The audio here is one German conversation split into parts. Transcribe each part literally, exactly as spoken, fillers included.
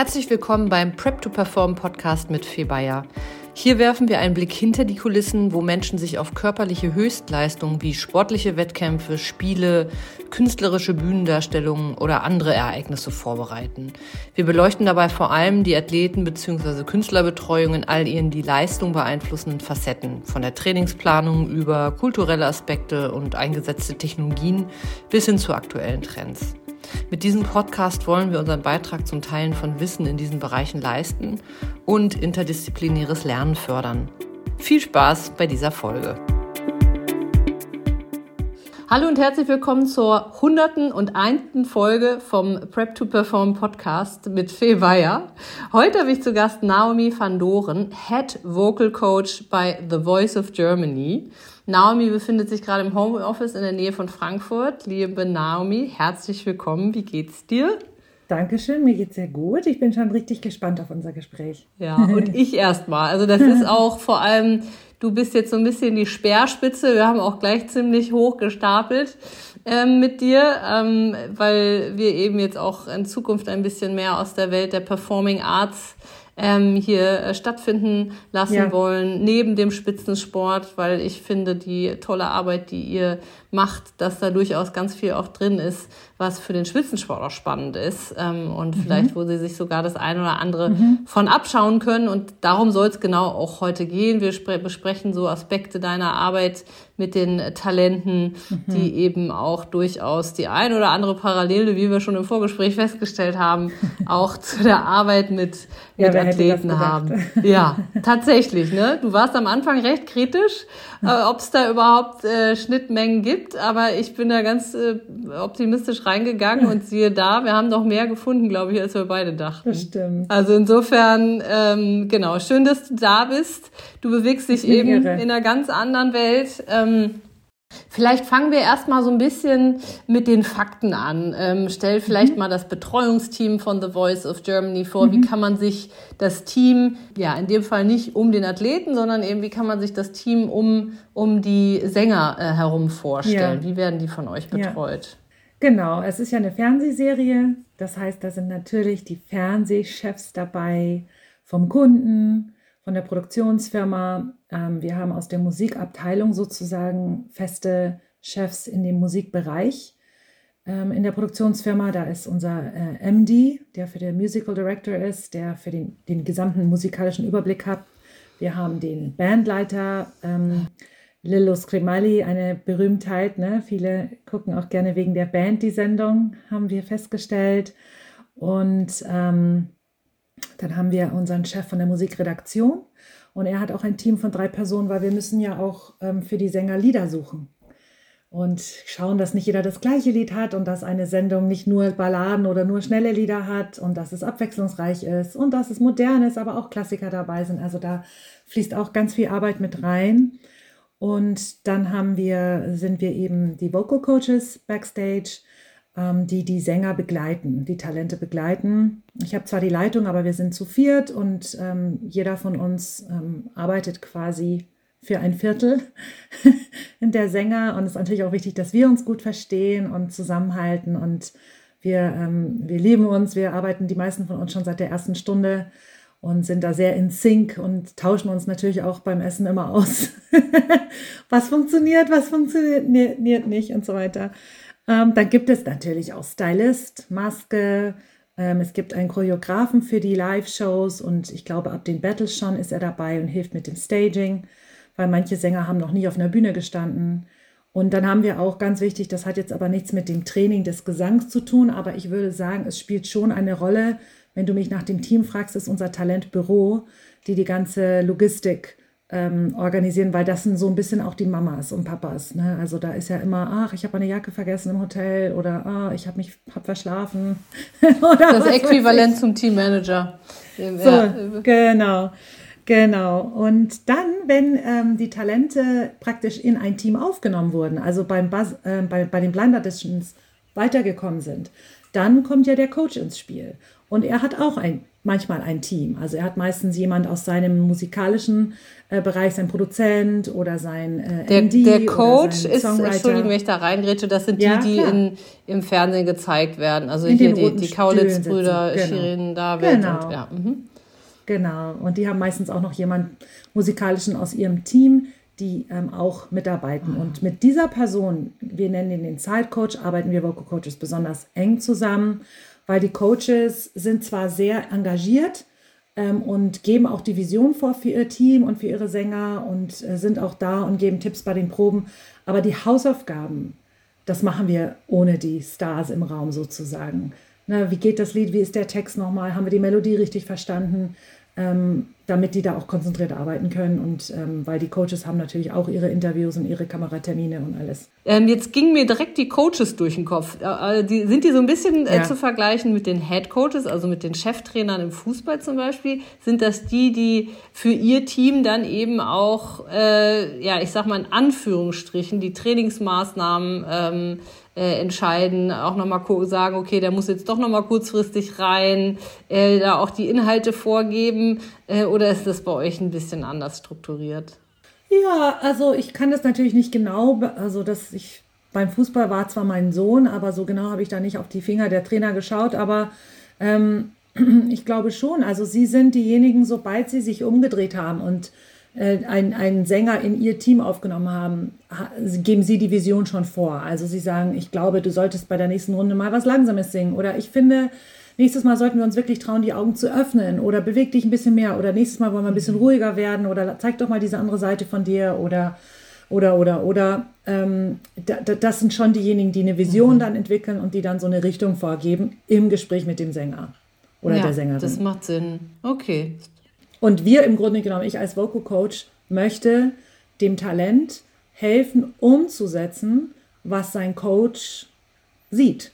Herzlich willkommen beim Prep to Perform Podcast mit Fee Bayer. Hier werfen wir einen Blick hinter die Kulissen, wo Menschen sich auf körperliche Höchstleistungen wie sportliche Wettkämpfe, Spiele, künstlerische Bühnendarstellungen oder andere Ereignisse vorbereiten. Wir beleuchten dabei vor allem die Athleten bzw. Künstlerbetreuung in all ihren die Leistung beeinflussenden Facetten, von der Trainingsplanung über kulturelle Aspekte und eingesetzte Technologien bis hin zu aktuellen Trends. Mit diesem Podcast wollen wir unseren Beitrag zum Teilen von Wissen in diesen Bereichen leisten und interdisziplinäres Lernen fördern. Viel Spaß bei dieser Folge. Hallo und herzlich willkommen zur hunderten und einen Folge vom Prep to Perform Podcast mit Fee Bayer. Heute habe ich zu Gast Naomi van Doren, Head Vocal Coach bei The Voice of Germany. Naomi befindet sich gerade im Homeoffice in der Nähe von Frankfurt. Liebe Naomi, herzlich willkommen. Wie geht's dir? Dankeschön, mir geht's sehr gut. Ich bin schon richtig gespannt auf unser Gespräch. Ja, und ich erstmal. Also das ist auch vor allem, du bist jetzt so ein bisschen die Speerspitze. Wir haben auch gleich ziemlich hoch gestapelt ähm, mit dir, ähm, weil wir eben jetzt auch in Zukunft ein bisschen mehr aus der Welt der Performing Arts ähm, hier äh, stattfinden lassen ja. wollen, neben dem Spitzensport, weil ich finde, die tolle Arbeit, die ihr macht, dass da durchaus ganz viel auch drin ist, was für den Spitzensport auch spannend ist ähm, und mhm. vielleicht, wo sie sich sogar das eine oder andere mhm. von abschauen können. Und darum soll es genau auch heute gehen. Wir spre- besprechen so Aspekte deiner Arbeit mit den Talenten, mhm. die eben auch durchaus die ein oder andere Parallele, wie wir schon im Vorgespräch festgestellt haben, auch zu der Arbeit mit, ja, mit Athleten haben. Ja, tatsächlich. Ne? Du warst am Anfang recht kritisch, äh, ob es da überhaupt äh, Schnittmengen gibt. Aber ich bin da ganz äh, optimistisch reingegangen und siehe da, wir haben noch mehr gefunden, glaube ich, als wir beide dachten. Das stimmt. Also insofern, ähm, genau, schön, dass du da bist. Du bewegst dich eben irre. in einer ganz anderen Welt. Ähm, Vielleicht fangen wir erstmal so ein bisschen mit den Fakten an. Ähm, stell vielleicht mhm. mal das Betreuungsteam von The Voice of Germany vor. Mhm. Wie kann man sich das Team, ja in dem Fall nicht um den Athleten, sondern eben wie kann man sich das Team um, um die Sänger äh, herum vorstellen? Ja. Wie werden die von euch betreut? Ja. Genau, es ist ja eine Fernsehserie. Das heißt, da sind natürlich die Fernsehchefs dabei vom Kunden, von der Produktionsfirma. Wir haben aus der Musikabteilung sozusagen feste Chefs in dem Musikbereich. In der Produktionsfirma, da ist unser M D, der für den Musical Director ist, der für den, den gesamten musikalischen Überblick hat. Wir haben den Bandleiter, ähm, Lillo Scrimali, eine Berühmtheit. Ne? Viele gucken auch gerne wegen der Band die Sendung, haben wir festgestellt. Und ähm, dann haben wir unseren Chef von der Musikredaktion und er hat auch ein Team von drei Personen, weil wir müssen ja auch ähm, für die Sänger Lieder suchen und schauen, dass nicht jeder das gleiche Lied hat und dass eine Sendung nicht nur Balladen oder nur schnelle Lieder hat und dass es abwechslungsreich ist und dass es modern ist, aber auch Klassiker dabei sind. Also da fließt auch ganz viel Arbeit mit rein. Und dann haben wir, sind wir eben die Vocal Coaches backstage, die die Sänger begleiten, die Talente begleiten. Ich habe zwar die Leitung, aber wir sind zu viert und ähm, jeder von uns ähm, arbeitet quasi für ein Viertel der Sänger. Und es ist natürlich auch wichtig, dass wir uns gut verstehen und zusammenhalten. Und wir, ähm, wir lieben uns, wir arbeiten die meisten von uns schon seit der ersten Stunde und sind da sehr in Sync und tauschen uns natürlich auch beim Essen immer aus. Was funktioniert, was funktioniert nicht und so weiter. Ähm, dann gibt es natürlich auch Stylist, Maske, ähm, es gibt einen Choreografen für die Live-Shows und ich glaube, ab den Battles schon ist er dabei und hilft mit dem Staging, weil manche Sänger haben noch nie auf einer Bühne gestanden. Und dann haben wir auch, ganz wichtig, das hat jetzt aber nichts mit dem Training des Gesangs zu tun, aber ich würde sagen, es spielt schon eine Rolle, wenn du mich nach dem Team fragst, ist unser Talentbüro, die die ganze Logistik Ähm, organisieren, weil das sind so ein bisschen auch die Mamas und Papas. Ne? Also da ist ja immer, ach, ich habe meine Jacke vergessen im Hotel oder ah, ich habe mich hab verschlafen. Oder das Äquivalent zum Teammanager. So, ja. Genau, genau. Und dann, wenn ähm, die Talente praktisch in ein Team aufgenommen wurden, also beim Buzz, äh, bei, bei den Blind Auditions weitergekommen sind, dann kommt ja der Coach ins Spiel. Und er hat auch ein manchmal ein Team. Also er hat meistens jemand aus seinem musikalischen äh, Bereich, sein Produzent oder sein äh, Der, M D der oder Coach sein ist, Songwriter. Entschuldigung, wenn ich da reingrätsche, das sind die, Ja, die klar. in, im Fernsehen gezeigt werden. Also In hier den die, roten die Stühlen Kaulitz-Brüder, sitzen. Genau. Shirin David Genau. und ja. Mhm. Genau. Und die haben meistens auch noch jemanden musikalischen aus ihrem Team, die ähm, auch mitarbeiten. Und mit dieser Person, wir nennen ihn den Side-Coach, arbeiten wir Vocal Coaches besonders eng zusammen, weil die Coaches sind zwar sehr engagiert ähm, und geben auch die Vision vor für ihr Team und für ihre Sänger und äh, sind auch da und geben Tipps bei den Proben, aber die Hausaufgaben, das machen wir ohne die Stars im Raum sozusagen. Na, wie geht das Lied, wie ist der Text nochmal, haben wir die Melodie richtig verstanden, ähm, damit die da auch konzentriert arbeiten können und ähm, weil die Coaches haben natürlich auch ihre Interviews und ihre Kameratermine und alles. Ähm, jetzt gingen mir direkt die Coaches durch den Kopf. Äh, die, sind die so ein bisschen äh, Ja. zu vergleichen mit den Head Coaches, also mit den Cheftrainern im Fußball zum Beispiel? Sind das die, die für ihr Team dann eben auch, äh, ja, ich sag mal in Anführungsstrichen, die Trainingsmaßnahmen ähm, äh, entscheiden, auch nochmal sagen, okay, der muss jetzt doch nochmal kurzfristig rein, äh, da auch die Inhalte vorgeben, äh, oder ist das bei euch ein bisschen anders strukturiert? Ja, also ich kann das natürlich nicht genau, be- also dass ich beim Fußball war zwar mein Sohn, aber so genau habe ich da nicht auf die Finger der Trainer geschaut, aber ähm, ich glaube schon, also sie sind diejenigen, sobald sie sich umgedreht haben und äh, ein- einen Sänger in ihr Team aufgenommen haben, ha- geben sie die Vision schon vor. Also sie sagen, ich glaube, du solltest bei der nächsten Runde mal was Langsames singen oder ich finde, nächstes Mal sollten wir uns wirklich trauen, die Augen zu öffnen oder beweg dich ein bisschen mehr oder nächstes Mal wollen wir ein bisschen ruhiger werden oder zeig doch mal diese andere Seite von dir oder, oder, oder, oder. Ähm, da, da, das sind schon diejenigen, die eine Vision dann entwickeln und die dann so eine Richtung vorgeben im Gespräch mit dem Sänger oder Ja, der Sängerin. das macht Sinn. Okay. Und wir im Grunde genommen, ich als Vocal Coach, möchte dem Talent helfen, umzusetzen, was sein Coach sieht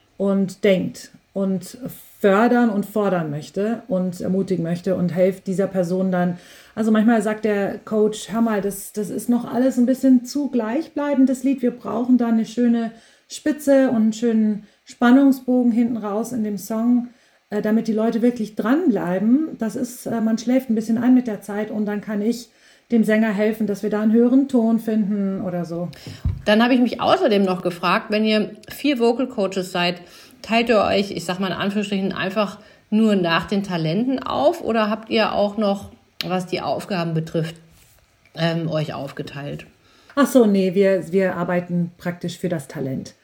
und denkt und fördern und fordern möchte und ermutigen möchte und hilft dieser Person dann. Also manchmal sagt der Coach, hör mal, das, das ist noch alles ein bisschen zu gleichbleibend, das Lied. Wir brauchen da eine schöne Spitze und einen schönen Spannungsbogen hinten raus in dem Song, äh, damit die Leute wirklich dranbleiben. Das ist, äh, man schläft ein bisschen ein mit der Zeit und dann kann ich dem Sänger helfen, dass wir da einen höheren Ton finden oder so. Dann habe ich mich außerdem noch gefragt, wenn ihr vier Vocal Coaches seid, teilt ihr euch, ich sag mal in Anführungsstrichen, einfach nur nach den Talenten auf oder habt ihr auch noch, was die Aufgaben betrifft, ähm, euch aufgeteilt? Ach so, nee, wir, wir arbeiten praktisch für das Talent.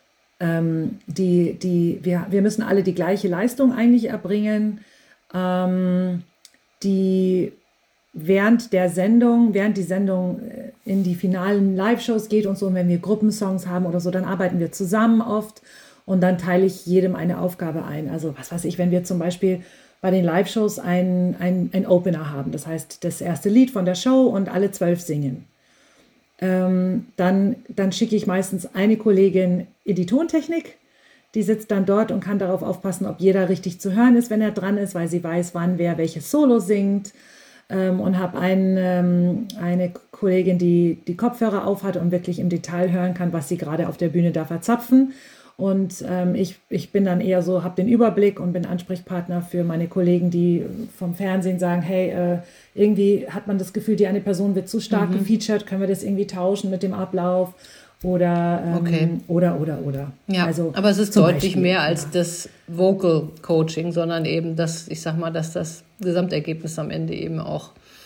Ähm, die, die, wir, wir müssen alle die gleiche Leistung eigentlich erbringen, ähm, die während der Sendung, während die Sendung äh, in die finalen Live-Shows geht und so, und wenn wir Gruppensongs haben oder so, dann arbeiten wir zusammen oft und dann teile ich jedem eine Aufgabe ein. Also was weiß ich, wenn wir zum Beispiel bei den Live-Shows ein, ein, ein Opener haben, das heißt das erste Lied von der Show und alle zwölf singen. Ähm, dann, dann schicke ich meistens eine Kollegin in die Tontechnik, die sitzt dann dort und kann darauf aufpassen, ob jeder richtig zu hören ist, wenn er dran ist, weil sie weiß, wann wer welches Solo singt. Ähm, und habe ein, ähm, eine Kollegin, die die Kopfhörer aufhat und wirklich im Detail hören kann, was sie gerade auf der Bühne da verzapfen. Und ähm, ich, ich bin dann eher so, habe den Überblick und bin Ansprechpartner für meine Kollegen, die vom Fernsehen sagen, hey, äh, irgendwie hat man das Gefühl, die eine Person wird zu stark gefeatured, können wir das irgendwie tauschen mit dem Ablauf oder ähm, Okay. oder, oder, oder. Ja, Also aber es ist zum deutlich Beispiel, mehr als ja. das Vocal Coaching, sondern eben das, ich sag mal, dass das Gesamtergebnis am Ende eben auch.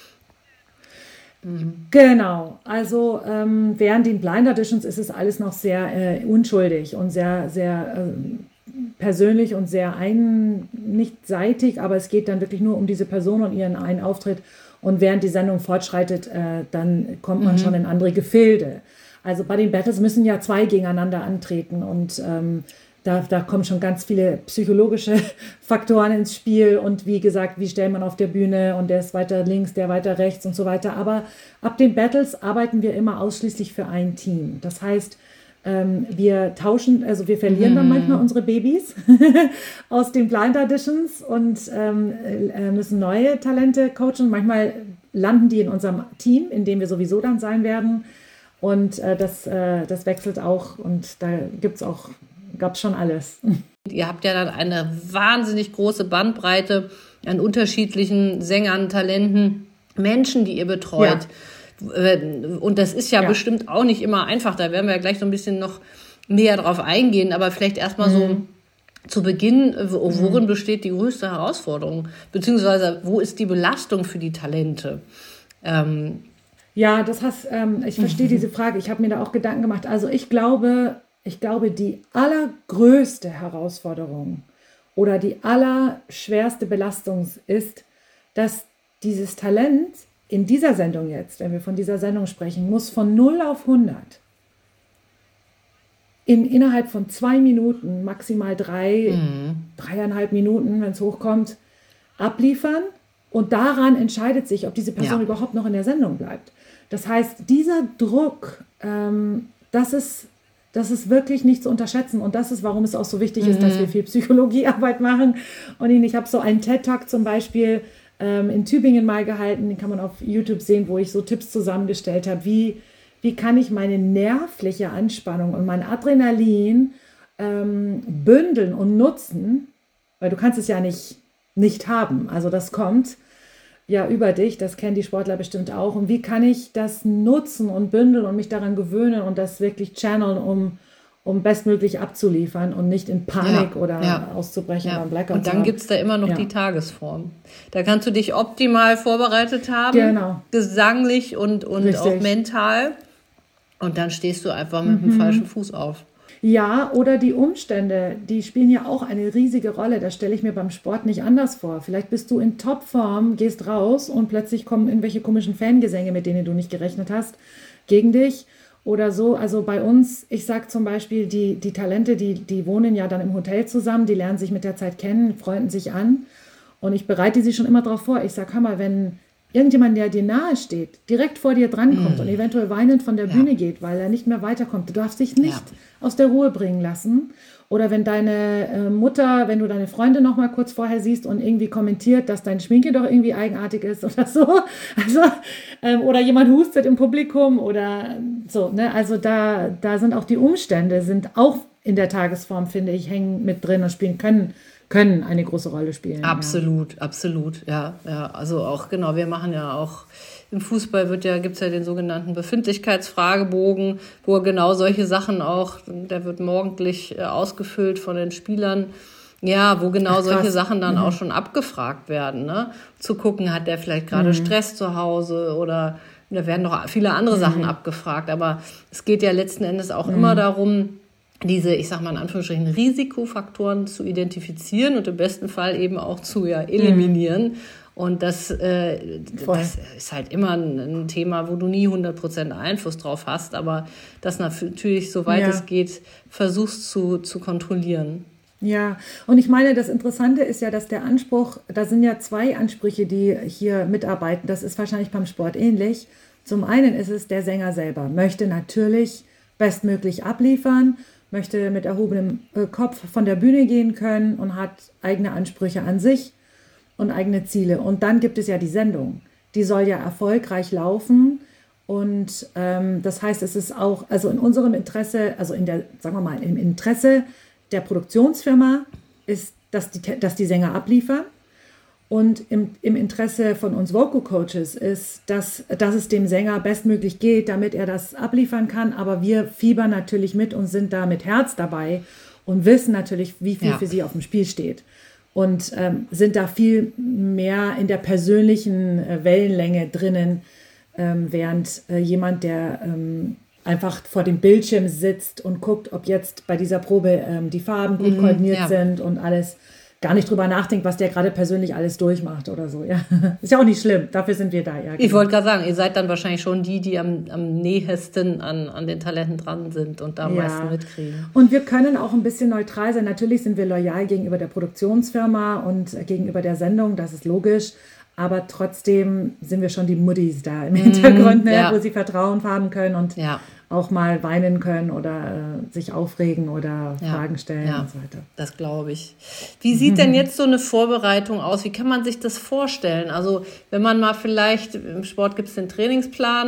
Genau, also ähm, während den Blind Auditions ist es alles noch sehr äh, unschuldig und sehr, sehr ähm, persönlich und sehr ein, nicht seitig, aber es geht dann wirklich nur um diese Person und ihren einen Auftritt. Und während die Sendung fortschreitet, äh, dann kommt man schon in andere Gefilde. Also bei den Battles müssen ja zwei gegeneinander antreten und ähm, Da, da kommen schon ganz viele psychologische Faktoren ins Spiel und wie gesagt, wie stellt man auf der Bühne und der ist weiter links, der weiter rechts und so weiter. Aber ab den Battles arbeiten wir immer ausschließlich für ein Team. Das heißt, ähm, wir tauschen, also wir verlieren dann manchmal unsere Babys aus den Blind Auditions und ähm, äh, müssen neue Talente coachen. Manchmal landen die in unserem Team, in dem wir sowieso dann sein werden. Und äh, das, äh, das wechselt auch und da gibt es auch gab es schon alles. Ihr habt ja dann eine wahnsinnig große Bandbreite an unterschiedlichen Sängern, Talenten, Menschen, die ihr betreut. Ja. Und das ist ja, ja bestimmt auch nicht immer einfach. Da werden wir ja gleich so ein bisschen noch näher drauf eingehen. Aber vielleicht erstmal mhm. so zu Beginn, worin mhm. besteht die größte Herausforderung? Beziehungsweise, wo ist die Belastung für die Talente? Ähm, ja, das hast, ähm, ich verstehe mhm. diese Frage. Ich habe mir da auch Gedanken gemacht. Also ich glaube, ich glaube, die allergrößte Herausforderung oder die allerschwerste Belastung ist, dass dieses Talent in dieser Sendung jetzt, wenn wir von dieser Sendung sprechen, muss von null auf hundert in, innerhalb von zwei Minuten, maximal drei, mhm. dreieinhalb Minuten, wenn es hochkommt, abliefern. Und daran entscheidet sich, ob diese Person ja. überhaupt noch in der Sendung bleibt. Das heißt, dieser Druck, ähm, das ist, das ist wirklich nicht zu unterschätzen. Und das ist, warum es auch so wichtig mhm. ist, dass wir viel Psychologiearbeit machen. Und ich habe so einen TED-Talk zum Beispiel ähm, in Tübingen mal gehalten, den kann man auf YouTube sehen, wo ich so Tipps zusammengestellt habe, wie, wie kann ich meine nervliche Anspannung und mein Adrenalin ähm, bündeln und nutzen, weil du kannst es ja nicht, nicht haben. Also das kommt ja über dich, das kennen die Sportler bestimmt auch. Und wie kann ich das nutzen und bündeln und mich daran gewöhnen und das wirklich channeln, um, um bestmöglich abzuliefern und nicht in Panik ja, oder ja. auszubrechen ja. oder Blackout. Und dann gibt es da immer noch ja. die Tagesform. Da kannst du dich optimal vorbereitet haben, genau. gesanglich und, und auch mental. Und dann stehst du einfach mit mhm. dem falschen Fuß auf. Ja, oder die Umstände, die spielen ja auch eine riesige Rolle. Das stelle ich mir beim Sport nicht anders vor. Vielleicht bist du in Topform, gehst raus und plötzlich kommen irgendwelche komischen Fangesänge, mit denen du nicht gerechnet hast, gegen dich oder so. Also bei uns, ich sage zum Beispiel, die, die Talente, die, die wohnen ja dann im Hotel zusammen, die lernen sich mit der Zeit kennen, freunden sich an. Und ich bereite sie schon immer darauf vor. Ich sage, hör mal, wenn irgendjemand, der dir nahe steht, direkt vor dir drankommt mm. und eventuell weinend von der ja. Bühne geht, weil er nicht mehr weiterkommt. Du darfst dich nicht ja. aus der Ruhe bringen lassen. Oder wenn deine äh, Mutter, wenn du deine Freunde noch mal kurz vorher siehst und irgendwie kommentiert, dass dein Schminke doch irgendwie eigenartig ist oder so. Also, ähm, oder jemand hustet im Publikum oder so. Ne? Also da, da sind auch die Umstände, sind auch in der Tagesform, finde ich, hängen mit drin und spielen können. können eine große Rolle spielen. Absolut, ja. absolut, ja, ja. Also auch, genau, wir machen ja auch, im Fußball wird ja, gibt's ja den sogenannten Befindlichkeitsfragebogen, wo genau solche Sachen auch, der wird morgendlich ausgefüllt von den Spielern, ja, wo genau Ach, solche Sachen dann mhm. auch schon abgefragt werden, ne? Zu gucken, hat der vielleicht gerade mhm. Stress zu Hause oder da werden noch viele andere mhm. Sachen abgefragt, aber es geht ja letzten Endes auch mhm. immer darum, diese, ich sag mal in Anführungsstrichen, Risikofaktoren zu identifizieren und im besten Fall eben auch zu ja, eliminieren. Mhm. Und das, äh, das ist halt immer ein, ein Thema, wo du nie hundert Prozent Einfluss drauf hast, aber das natürlich, soweit ja. es geht, versuchst zu, zu kontrollieren. Ja, und ich meine, das Interessante ist ja, dass der Anspruch, da sind ja zwei Ansprüche, die hier mitarbeiten. Das ist wahrscheinlich beim Sport ähnlich. Zum einen ist es der Sänger selber, möchte natürlich bestmöglich abliefern, möchte mit erhobenem Kopf von der Bühne gehen können und hat eigene Ansprüche an sich und eigene Ziele. Und dann gibt es ja die Sendung. Die soll ja erfolgreich laufen. Und ähm, das heißt, es ist auch, also in unserem Interesse, also in der, sagen wir mal, im Interesse der Produktionsfirma ist, dass die, dass die Sänger abliefern. Und im, im Interesse von uns Vocal Coaches ist, dass, dass es dem Sänger bestmöglich geht, damit er das abliefern kann. Aber wir fiebern natürlich mit und sind da mit Herz dabei und wissen natürlich, wie viel ja. für sie auf dem Spiel steht. Und ähm, sind da viel mehr in der persönlichen äh, Wellenlänge drinnen, ähm, während äh, jemand, der ähm, einfach vor dem Bildschirm sitzt und guckt, ob jetzt bei dieser Probe ähm, die Farben gut mhm, koordiniert ja. sind und alles, gar nicht drüber nachdenkt, was der gerade persönlich alles durchmacht oder so. Ja, ist ja auch nicht schlimm. Dafür sind wir da. Ja, genau. Ich wollte gerade sagen, ihr seid dann wahrscheinlich schon die, die am, am nähesten an, an den Talenten dran sind und da am ja. meisten mitkriegen. Und wir können auch ein bisschen neutral sein. Natürlich sind wir loyal gegenüber der Produktionsfirma und gegenüber der Sendung. Das ist logisch. Aber trotzdem sind wir schon die Muddies da im Hintergrund, ne, ja. wo sie Vertrauen haben können und ja. auch mal weinen können oder äh, sich aufregen oder ja. Fragen stellen ja. und so weiter. Das glaube ich. Wie sieht denn jetzt so eine Vorbereitung aus? Wie kann man sich das vorstellen? Also wenn man mal vielleicht, im Sport gibt es den Trainingsplan,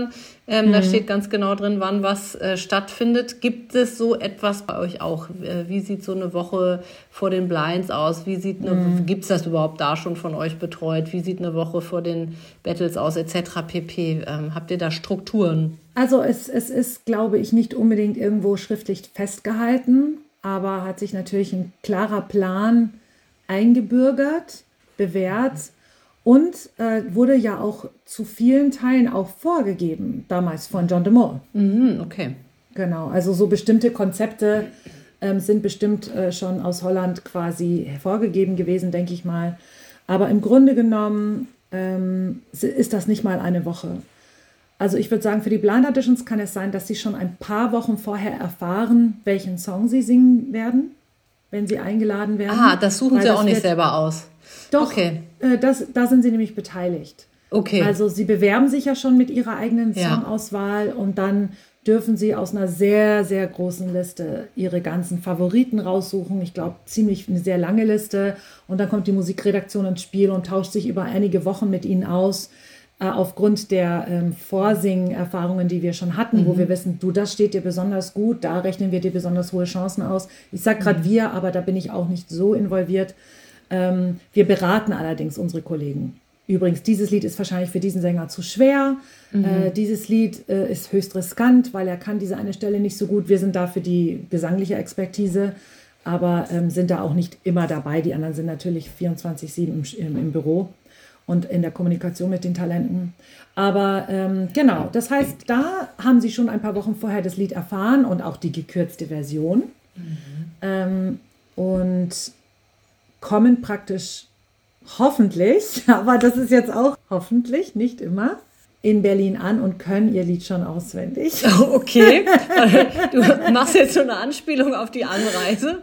Ähm, mhm. Da steht ganz genau drin, wann was äh, stattfindet. Gibt es so etwas bei euch auch? Äh, wie sieht so eine Woche vor den Blinds aus? Wie sieht eine, mhm. gibt es das überhaupt da schon von euch betreut? Wie sieht eine Woche vor den Battles aus, et cetera pp.? Ähm, habt ihr da Strukturen? Also es, es ist, glaube ich, nicht unbedingt irgendwo schriftlich festgehalten, aber hat sich natürlich ein klarer Plan eingebürgert, bewährt und äh, wurde ja auch zu vielen Teilen auch vorgegeben, damals von John de Mol. Mhm, okay. Genau, also so bestimmte Konzepte ähm, sind bestimmt äh, schon aus Holland quasi vorgegeben gewesen, denke ich mal. Aber im Grunde genommen ähm, ist das nicht mal eine Woche. Also ich würde sagen, für die Blind Auditions kann es sein, dass sie schon ein paar Wochen vorher erfahren, welchen Song sie singen werden, wenn sie eingeladen werden. Ah, das suchen sie auch nicht selber aus. Doch, okay. äh, das, da sind sie nämlich beteiligt. Okay. Also sie bewerben sich ja schon mit ihrer eigenen Songauswahl, ja, und dann dürfen sie aus einer sehr, sehr großen Liste ihre ganzen Favoriten raussuchen. Ich glaube, ziemlich eine sehr lange Liste. Und dann kommt die Musikredaktion ins Spiel und tauscht sich über einige Wochen mit ihnen aus, äh, aufgrund der ähm, Vorsing-Erfahrungen, die wir schon hatten, mhm. wo wir wissen, du, das steht dir besonders gut, da rechnen wir dir besonders hohe Chancen aus. Ich sage gerade mhm. wir, aber da bin ich auch nicht so involviert. Ähm, wir beraten allerdings unsere Kollegen. Übrigens, dieses Lied ist wahrscheinlich für diesen Sänger zu schwer. Mhm. Äh, dieses Lied äh, ist höchst riskant, weil er kann diese eine Stelle nicht so gut. Wir sind da für die gesangliche Expertise, aber ähm, sind da auch nicht immer dabei. Die anderen sind natürlich vierundzwanzig sieben im, im, im Büro und in der Kommunikation mit den Talenten. Aber ähm, genau, das heißt, da haben sie schon ein paar Wochen vorher das Lied erfahren und auch die gekürzte Version. Mhm. Ähm, und kommen praktisch hoffentlich, aber das ist jetzt auch hoffentlich, nicht immer, in Berlin an und können ihr Lied schon auswendig. Okay, du machst jetzt so eine Anspielung auf die Anreise.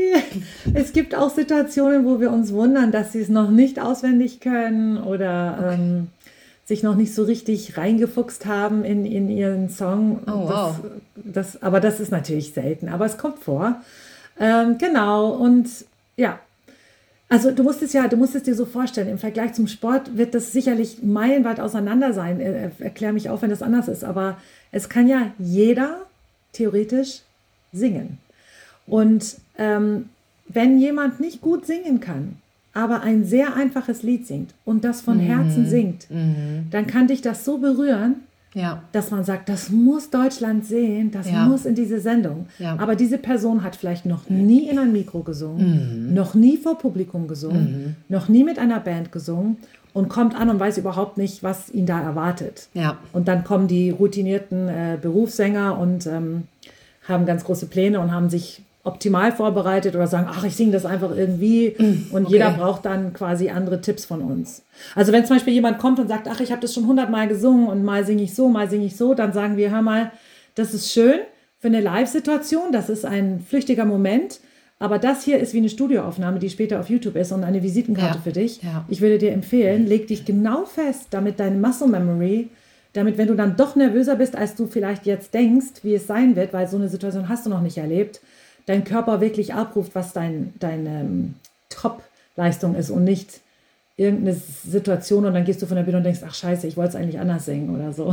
Es gibt auch Situationen, wo wir uns wundern, dass sie es noch nicht auswendig können oder okay. ähm, sich noch nicht so richtig reingefuchst haben in, in ihren Song. Oh, wow. Das, das, aber das ist natürlich selten, aber es kommt vor. Ähm, genau, und ja, also du musst es ja, du musst es dir so vorstellen, im Vergleich zum Sport wird das sicherlich meilenweit auseinander sein. Erklär mich auf, wenn das anders ist, aber es kann ja jeder theoretisch singen. Und ähm, wenn jemand nicht gut singen kann, aber ein sehr einfaches Lied singt und das von mhm. Herzen singt, mhm. dann kann dich das so berühren, ja. dass man sagt, das muss Deutschland sehen, das ja. muss in diese Sendung. Ja. Aber diese Person hat vielleicht noch nie in ein Mikro gesungen, mhm. noch nie vor Publikum gesungen, mhm. noch nie mit einer Band gesungen und kommt an und weiß überhaupt nicht, was ihn da erwartet. Ja. Und dann kommen die routinierten äh, Berufssänger und ähm, haben ganz große Pläne und haben sich optimal vorbereitet oder sagen, ach, ich singe das einfach irgendwie und okay. jeder braucht dann quasi andere Tipps von uns. Also wenn zum Beispiel jemand kommt und sagt, ach, ich habe das schon hundertmal gesungen und mal singe ich so, mal singe ich so, dann sagen wir, hör mal, das ist schön für eine Live-Situation, das ist ein flüchtiger Moment, aber das hier ist wie eine Studioaufnahme, die später auf YouTube ist und eine Visitenkarte ja. für dich. Ja. Ich würde dir empfehlen, leg dich genau fest, damit deine Muscle Memory, damit wenn du dann doch nervöser bist, als du vielleicht jetzt denkst, wie es sein wird, weil so eine Situation hast du noch nicht erlebt, dein Körper wirklich abruft, was dein, deine ähm, Top-Leistung ist und nicht irgendeine Situation und dann gehst du von der Bühne und denkst, ach scheiße, ich wollte es eigentlich anders singen oder so.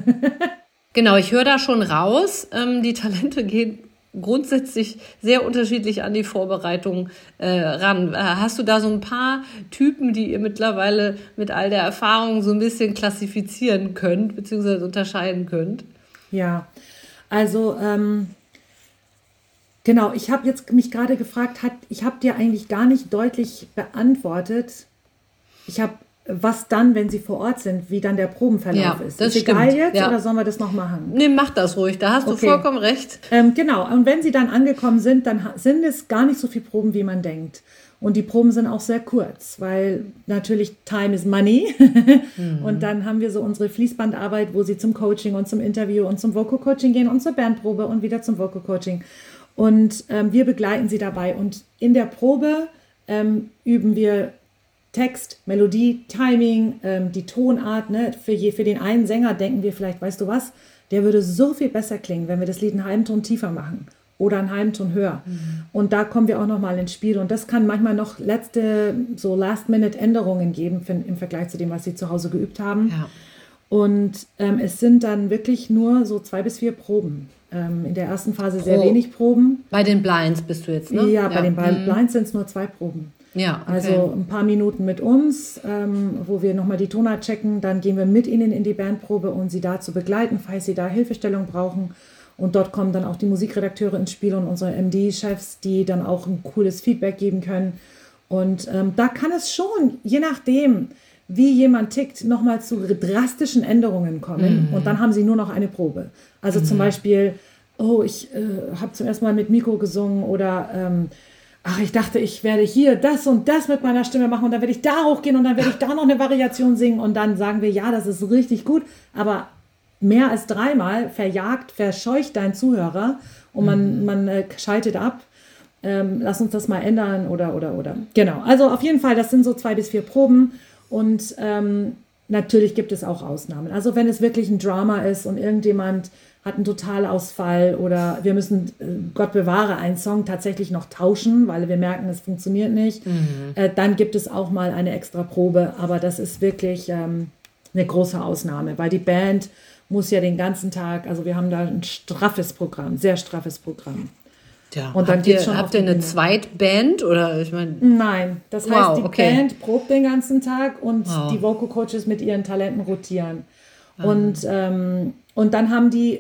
Genau, ich höre da schon raus, ähm, die Talente gehen grundsätzlich sehr unterschiedlich an die Vorbereitung äh, ran. Äh, hast du da so ein paar Typen, die ihr mittlerweile mit all der Erfahrung so ein bisschen klassifizieren könnt, beziehungsweise unterscheiden könnt? Ja, also ähm, genau, ich habe jetzt mich gerade gefragt, hat, ich habe dir eigentlich gar nicht deutlich beantwortet, ich habe, was dann, wenn sie vor Ort sind, wie dann der Probenverlauf ja, ist. Das ist stimmt. Egal jetzt ja. oder sollen wir das noch machen? Nee, mach das ruhig, da hast okay. du vollkommen recht. Ähm, genau, und wenn sie dann angekommen sind, dann sind es gar nicht so viele Proben, wie man denkt. Und die Proben sind auch sehr kurz, weil natürlich Time is Money. mhm. Und dann haben wir so unsere Fließbandarbeit, wo sie zum Coaching und zum Interview und zum Vocal Coaching gehen und zur Bandprobe und wieder zum Vocal Coaching. Und ähm, wir begleiten sie dabei. Und in der Probe ähm, üben wir Text, Melodie, Timing, ähm, die Tonart. Ne? Für, je, für den einen Sänger denken wir vielleicht, weißt du was, der würde so viel besser klingen, wenn wir das Lied einen halben Ton tiefer machen oder einen halben Ton höher. Mhm. Und da kommen wir auch nochmal ins Spiel. Und das kann manchmal noch letzte, so Last-Minute-Änderungen geben für, im Vergleich zu dem, was sie zu Hause geübt haben. Ja. Und ähm, es sind dann wirklich nur so zwei bis vier Proben. Ähm, in der ersten Phase sehr Pro- wenig Proben. Bei den Blinds bist du jetzt, ne? Ja, bei den Mhm. Blinds sind es nur zwei Proben. Ja, okay. Also ein paar Minuten mit uns, ähm, wo wir nochmal die Tonart checken. Dann gehen wir mit ihnen in die Bandprobe, um sie da zu begleiten, falls sie da Hilfestellung brauchen. Und dort kommen dann auch die Musikredakteure ins Spiel und unsere M D-Chefs, die dann auch ein cooles Feedback geben können. Und ähm, da kann es schon, je nachdem, wie jemand tickt, nochmal zu drastischen Änderungen kommen. Und dann haben sie nur noch eine Probe. Also zum Beispiel, oh, ich äh, habe zum ersten Mal mit Mikro gesungen oder ähm, ach, ich dachte, ich werde hier das und das mit meiner Stimme machen und dann werde ich da hochgehen und dann werde ich da noch eine Variation singen und dann sagen wir, ja, das ist richtig gut, aber mehr als dreimal verjagt, verscheucht dein Zuhörer und man, man äh, schaltet ab. Ähm, lass uns das mal ändern oder, oder, oder. Genau, also auf jeden Fall, das sind so zwei bis vier Proben und ähm, natürlich gibt es auch Ausnahmen. Also wenn es wirklich ein Drama ist und irgendjemand hat einen Totalausfall oder wir müssen, äh, Gott bewahre, einen Song tatsächlich noch tauschen, weil wir merken, es funktioniert nicht, mhm. äh, dann gibt es auch mal eine extra Probe, aber das ist wirklich ähm, eine große Ausnahme, weil die Band muss ja den ganzen Tag, also wir haben da ein straffes Programm, sehr straffes Programm. Ja. Und dann habt ihr, geht's schon habt ihr eine Bühne. Zweitband oder ich meine? Nein, das heißt, Wow, die okay. Band probt den ganzen Tag und Wow. die Vocal Coaches mit ihren Talenten rotieren. Und, ähm, und dann haben die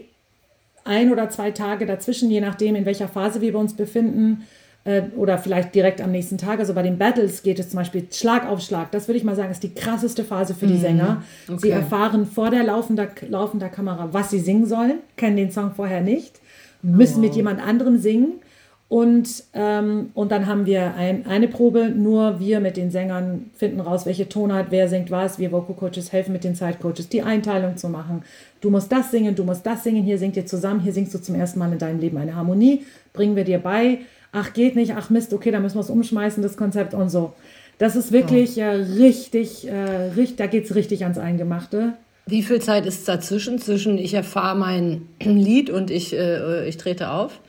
ein oder zwei Tage dazwischen, je nachdem, in welcher Phase wir uns befinden, äh, oder vielleicht direkt am nächsten Tag. Also bei den Battles geht es zum Beispiel Schlag auf Schlag. Das würde ich mal sagen, ist die krasseste Phase für die Sänger. Okay. Sie erfahren vor der laufender, laufender Kamera, was sie singen sollen, kennen den Song vorher nicht, müssen wow. mit jemand anderem singen. Und, ähm, und dann haben wir ein, eine Probe, nur wir mit den Sängern finden raus, welche Tonart, wer singt was. Wir Vocal Coaches helfen mit den Side Coaches, die Einteilung zu machen. Du musst das singen, du musst das singen, hier singt ihr zusammen, hier singst du zum ersten Mal in deinem Leben eine Harmonie, bringen wir dir bei. Ach, geht nicht, ach Mist, okay, da müssen wir es umschmeißen, das Konzept und so. Das ist wirklich äh, richtig, äh, richtig, da geht es richtig ans Eingemachte. Wie viel Zeit ist dazwischen, zwischen ich erfahre mein Lied und ich, äh, ich trete auf?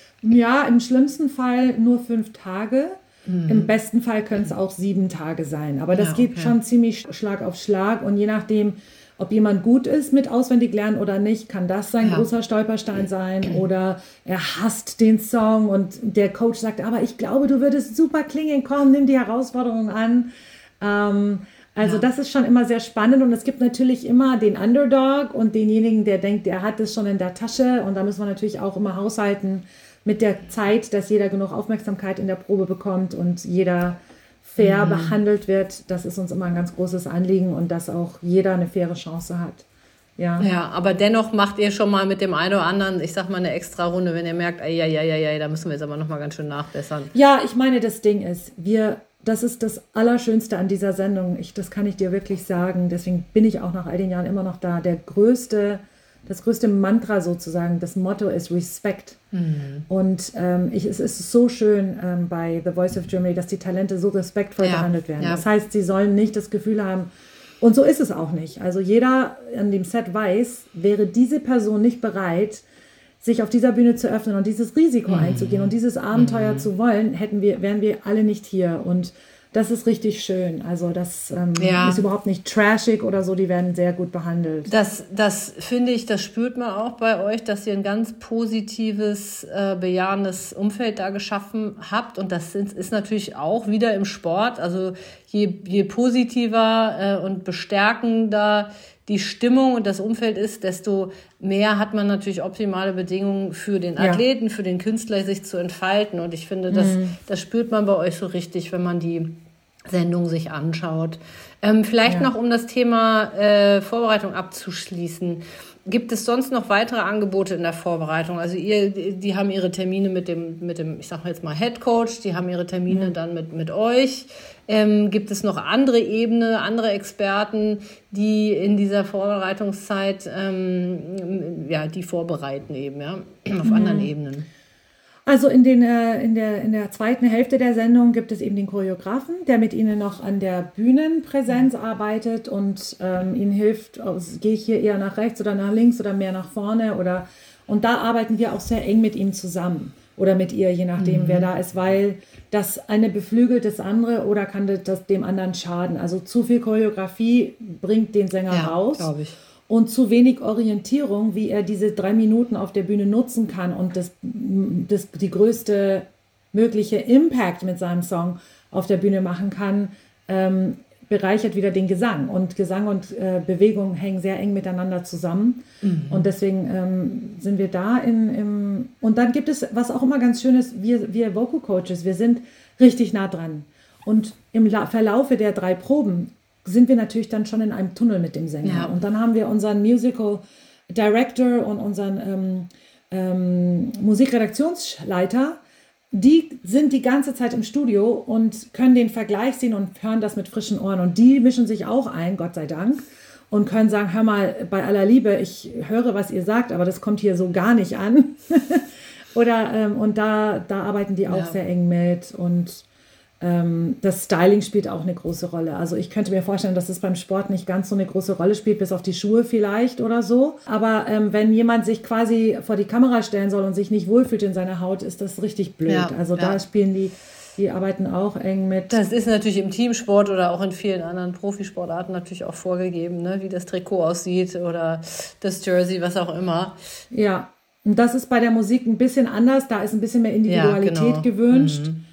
Ja, im schlimmsten Fall nur fünf Tage. Mhm. Im besten Fall können es auch sieben Tage sein. Aber das Ja, geht okay. schon ziemlich Schlag auf Schlag. Und je nachdem, ob jemand gut ist mit auswendig lernen oder nicht, kann das sein Ja. großer Stolperstein sein. Oder er hasst den Song und der Coach sagt, aber ich glaube, du würdest super klingen. Komm, nimm die Herausforderung an. Ähm, also Ja. das ist schon immer sehr spannend. Und es gibt natürlich immer den Underdog und denjenigen, der denkt, der hat es schon in der Tasche. Und da müssen wir natürlich auch immer haushalten mit der Zeit, dass jeder genug Aufmerksamkeit in der Probe bekommt und jeder fair mhm. behandelt wird. Das ist uns immer ein ganz großes Anliegen und dass auch jeder eine faire Chance hat. Ja, ja, aber dennoch macht ihr schon mal mit dem einen oder anderen, ich sag mal, eine extra Runde, wenn ihr merkt, ja, ja, ja, ja, da müssen wir jetzt aber noch mal ganz schön nachbessern. Ja, ich meine, das Ding ist, wir, das ist das Allerschönste an dieser Sendung. Ich, das kann ich dir wirklich sagen. Deswegen bin ich auch nach all den Jahren immer noch da. Der größte Das größte Mantra sozusagen, das Motto ist Respect. Mhm. Und ähm, ich, es ist so schön ähm, bei The Voice of Germany, dass die Talente so respektvoll ja, behandelt werden. ja. Das heißt, sie sollen nicht das Gefühl haben, und so ist es auch nicht. Also jeder an dem Set weiß, wäre diese Person nicht bereit, sich auf dieser Bühne zu öffnen und dieses Risiko mhm. einzugehen und dieses Abenteuer mhm. zu wollen, hätten wir, wären wir alle nicht hier. Und das ist richtig schön. Also das ähm, ja. ist überhaupt nicht trashig oder so. Die werden sehr gut behandelt. Das, das finde ich, das spürt man auch bei euch, dass ihr ein ganz positives, äh, bejahendes Umfeld da geschaffen habt. Und das ist, ist natürlich auch wieder im Sport. Also je, je positiver äh, und bestärkender die Stimmung und das Umfeld ist, desto mehr hat man natürlich optimale Bedingungen für den Athleten, ja. für den Künstler, sich zu entfalten. Und ich finde, das, mhm. das spürt man bei euch so richtig, wenn man die Sendung sich anschaut. Ähm, vielleicht ja. noch, um das Thema äh, Vorbereitung abzuschließen. Gibt es sonst noch weitere Angebote in der Vorbereitung? Also ihr, die haben ihre Termine mit dem, mit dem, ich sag jetzt mal Head Coach, die haben ihre Termine mhm. dann mit, mit euch. Ähm, gibt es noch andere Ebene, andere Experten, die in dieser Vorbereitungszeit ähm, ja, die vorbereiten eben, ja, auf mhm. anderen Ebenen? Also in, den, äh, in, der, in der zweiten Hälfte der Sendung gibt es eben den Choreografen, der mit Ihnen noch an der Bühnenpräsenz arbeitet und ähm, Ihnen hilft, also, gehe ich hier eher nach rechts oder nach links oder mehr nach vorne. Oder, und da arbeiten wir auch sehr eng mit ihm zusammen oder mit ihr, je nachdem, mhm. wer da ist, weil das eine beflügelt das andere oder kann das dem anderen schaden. Also zu viel Choreografie bringt den Sänger ja, raus. glaube ich. und zu wenig Orientierung, wie er diese drei Minuten auf der Bühne nutzen kann und das, das, die größte mögliche Impact mit seinem Song auf der Bühne machen kann, ähm, bereichert wieder den Gesang. Und Gesang und äh, Bewegung hängen sehr eng miteinander zusammen. Mhm. Und deswegen ähm, sind wir da in, im... Und dann gibt es, was auch immer ganz schön ist, wir, wir Vocal Coaches, wir sind richtig nah dran. Und im La- Verlaufe der drei Proben sind wir natürlich dann schon in einem Tunnel mit dem Sänger. Ja. Und dann haben wir unseren Musical Director und unseren ähm, ähm, Musikredaktionsleiter, die sind die ganze Zeit im Studio und können den Vergleich sehen und hören das mit frischen Ohren. Und die mischen sich auch ein, Gott sei Dank, und können sagen, hör mal, bei aller Liebe, ich höre, was ihr sagt, aber das kommt hier so gar nicht an. Oder, ähm, und da, da arbeiten die auch ja. sehr eng mit. Und ähm, das Styling spielt auch eine große Rolle. Also ich könnte mir vorstellen, dass es beim Sport nicht ganz so eine große Rolle spielt, bis auf die Schuhe vielleicht oder so. Aber ähm, wenn jemand sich quasi vor die Kamera stellen soll und sich nicht wohlfühlt in seiner Haut, ist das richtig blöd. Ja, also ja. da spielen die, die arbeiten auch eng mit. Das ist natürlich im Teamsport oder auch in vielen anderen Profisportarten natürlich auch vorgegeben, ne? Wie das Trikot aussieht oder das Jersey, was auch immer. Ja, und das ist bei der Musik ein bisschen anders. Da ist ein bisschen mehr Individualität ja, genau. gewünscht. Mhm.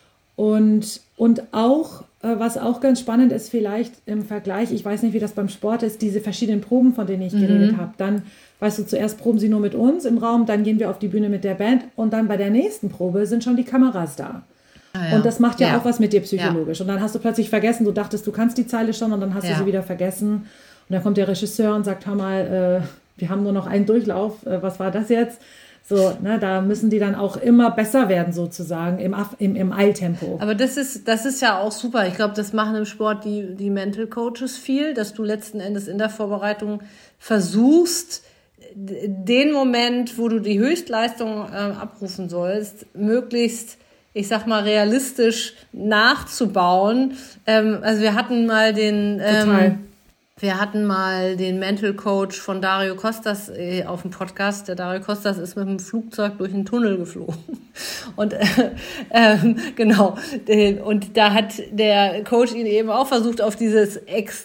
Und, und auch, äh, was auch ganz spannend ist vielleicht im Vergleich, ich weiß nicht, wie das beim Sport ist, diese verschiedenen Proben, von denen ich mhm. geredet habe. Dann, weißt du, zuerst proben sie nur mit uns im Raum, dann gehen wir auf die Bühne mit der Band und dann bei der nächsten Probe sind schon die Kameras da. Ah, ja. Und das macht ja, ja auch was mit dir psychologisch. Ja. Und dann hast du plötzlich vergessen, du dachtest, du kannst die Zeile schon und dann hast ja. du sie wieder vergessen. Und dann kommt der Regisseur und sagt, hör mal, äh, wir haben nur noch einen Durchlauf, äh, was war das jetzt? So, ne, da müssen die dann auch immer besser werden, sozusagen, im, im, im Eiltempo. Aber das ist, das ist ja auch super. Ich glaube, das machen im Sport die, die Mental Coaches viel, dass du letzten Endes in der Vorbereitung versuchst, den Moment, wo du die Höchstleistung äh, abrufen sollst, möglichst, ich sag mal, realistisch nachzubauen. Ähm, also wir hatten mal den... Ähm, Total. Wir hatten mal den Mental Coach von Dario Costas äh, auf dem Podcast. Der Dario Costas ist mit dem Flugzeug durch einen Tunnel geflogen. Und äh, äh, genau. Und da hat der Coach ihn eben auch versucht, auf dieses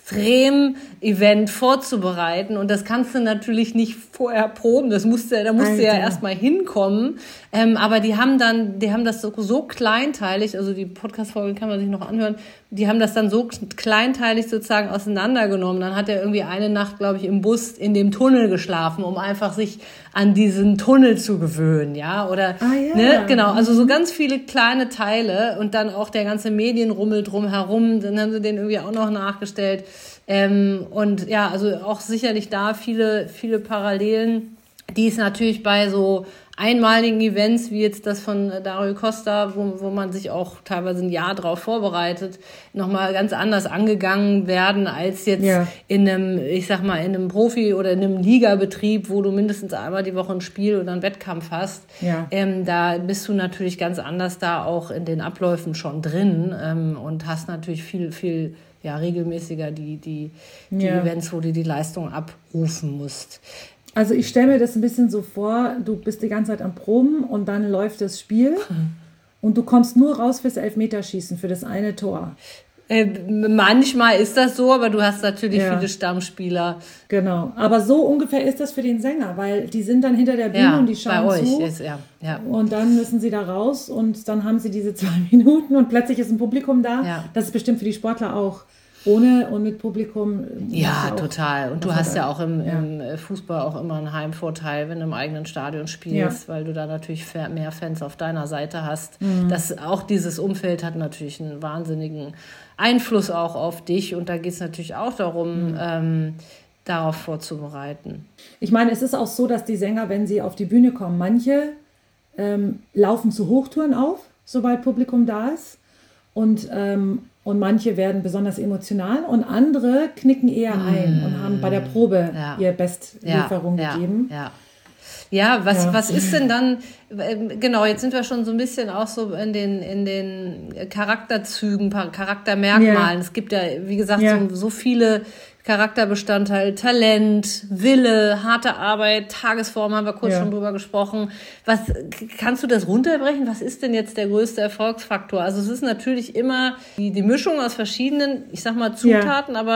Extrem-Event vorzubereiten. Und das kannst du natürlich nicht vorher proben. Das musste, da musste ja erstmal hinkommen. Ähm, aber die haben dann, die haben das so, so kleinteilig, also die Podcast-Folge kann man sich noch anhören, die haben das dann so kleinteilig sozusagen auseinandergenommen. Dann hat er irgendwie eine Nacht, glaube ich, im Bus in dem Tunnel geschlafen, um einfach sich an diesen Tunnel zu gewöhnen, ja, oder, ah, ja. ne, genau, also so ganz viele kleine Teile und dann auch der ganze Medienrummel drumherum, dann haben sie den irgendwie auch noch nachgestellt, ähm, und ja, also auch sicherlich da viele, viele Parallelen, die es natürlich bei so einmaligen Events, wie jetzt das von Dario Costa, wo, wo man sich auch teilweise ein Jahr drauf vorbereitet, nochmal ganz anders angegangen werden als jetzt ja. in einem, ich sag mal, in einem Profi- oder in einem Ligabetrieb, wo du mindestens einmal die Woche ein Spiel oder einen Wettkampf hast. Ja. Ähm, da bist du natürlich ganz anders da auch in den Abläufen schon drin, ähm, und hast natürlich viel, viel ja, regelmäßiger die, die, die ja. Events, wo du die Leistung abrufen musst. Also ich stelle mir das ein bisschen so vor, du bist die ganze Zeit am Proben und dann läuft das Spiel mhm. und du kommst nur raus fürs Elfmeterschießen, für das eine Tor. Äh, manchmal ist das so, aber du hast natürlich ja. viele Stammspieler. Genau, aber so ungefähr ist das für den Sänger, weil die sind dann hinter der Bühne ja, und die schauen bei euch zu ist, ja, ja. und dann müssen sie da raus und dann haben sie diese zwei Minuten und plötzlich ist ein Publikum da. Ja. Das ist bestimmt für die Sportler auch. Ohne und mit Publikum. Ja, total. Und du hast ja auch im, ja. im Fußball auch immer einen Heimvorteil, wenn du im eigenen Stadion spielst, ja. weil du da natürlich mehr Fans auf deiner Seite hast. Mhm. Das, auch dieses Umfeld hat natürlich einen wahnsinnigen Einfluss auch auf dich. Und da geht es natürlich auch darum, mhm. ähm, darauf vorzubereiten. Ich meine, es ist auch so, dass die Sänger, wenn sie auf die Bühne kommen, manche ähm, laufen zu Hochtouren auf, sobald Publikum da ist. Und ähm, Und manche werden besonders emotional und andere knicken eher ein und haben bei der Probe ja. ihre Bestlieferung ja, gegeben. Ja, ja. ja was, ja. was ist denn dann, genau, jetzt sind wir schon so ein bisschen auch so in den, in den Charakterzügen, Charaktermerkmalen. Ja. Es gibt ja, wie gesagt, ja. so, so viele Charakterbestandteile, Talent, Wille, harte Arbeit, Tagesform, haben wir kurz ja. schon drüber gesprochen. Was, kannst du das runterbrechen? Was ist denn jetzt der größte Erfolgsfaktor? Also es ist natürlich immer die, die Mischung aus verschiedenen, ich sag mal, Zutaten, ja. aber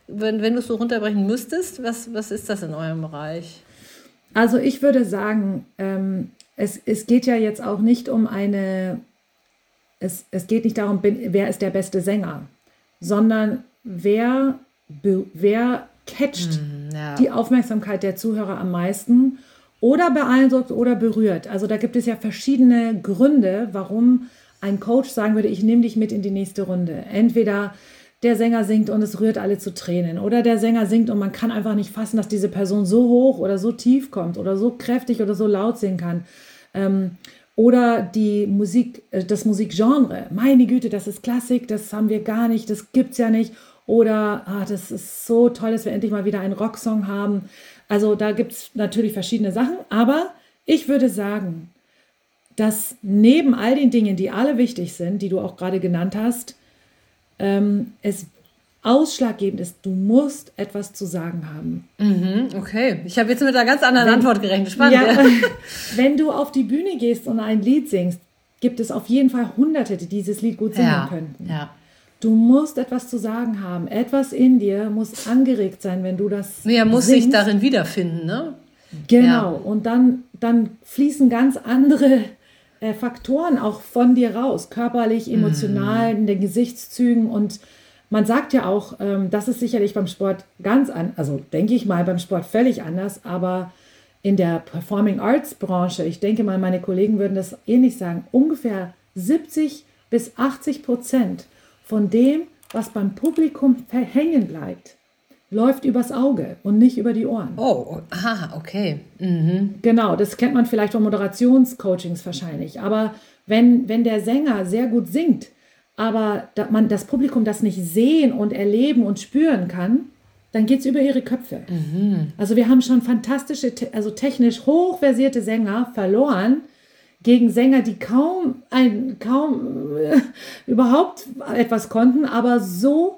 wenn, wenn du es so runterbrechen müsstest, was, was ist das in eurem Bereich? Also ich würde sagen, ähm, es, es geht ja jetzt auch nicht um eine, es, es geht nicht darum, bin, wer ist der beste Sänger, sondern wer, be, wer catcht mm, ja. die Aufmerksamkeit der Zuhörer am meisten oder beeindruckt oder berührt. Also da gibt es ja verschiedene Gründe, warum ein Coach sagen würde, ich nehme dich mit in die nächste Runde. Entweder der Sänger singt und es rührt alle zu Tränen oder der Sänger singt und man kann einfach nicht fassen, dass diese Person so hoch oder so tief kommt oder so kräftig oder so laut singen kann. Ähm, oder die Musik, äh, das Musikgenre. Meine Güte, das ist Klassik, das haben wir gar nicht, das gibt's ja nicht. Oder ah, das ist so toll, dass wir endlich mal wieder einen Rocksong haben. Also da gibt es natürlich verschiedene Sachen, aber ich würde sagen, dass neben all den Dingen, die alle wichtig sind, die du auch gerade genannt hast, ähm, es ausschlaggebend ist, du musst etwas zu sagen haben. Mhm, okay, ich habe jetzt mit einer ganz anderen wenn, Antwort gerechnet. Spannend. Ja, Ja. Wenn du auf die Bühne gehst und ein Lied singst, gibt es auf jeden Fall Hunderte, die dieses Lied gut singen ja, könnten. Ja. Du musst etwas zu sagen haben. Etwas in dir muss angeregt sein, wenn du das Ja, muss singst. sich darin wiederfinden, ne? Genau. Ja. Und dann, dann fließen ganz andere äh, Faktoren auch von dir raus. Körperlich, emotional, mm. in den Gesichtszügen. Und man sagt ja auch, ähm, das ist sicherlich beim Sport ganz an, also denke ich mal, beim Sport völlig anders, aber in der Performing Arts Branche, ich denke mal, meine Kollegen würden das ähnlich sagen, ungefähr siebzig bis achtzig Prozent von dem, was beim Publikum hängen bleibt, läuft übers Auge und nicht über die Ohren. Oh, aha, okay. Mhm. Genau, das kennt man vielleicht von Moderationscoachings wahrscheinlich. Aber wenn, wenn der Sänger sehr gut singt, aber da man das Publikum das nicht sehen und erleben und spüren kann, dann geht es über ihre Köpfe. Mhm. Also wir haben schon fantastische, also technisch hochversierte Sänger verloren, gegen Sänger, die kaum, ein, kaum äh, überhaupt etwas konnten, aber so,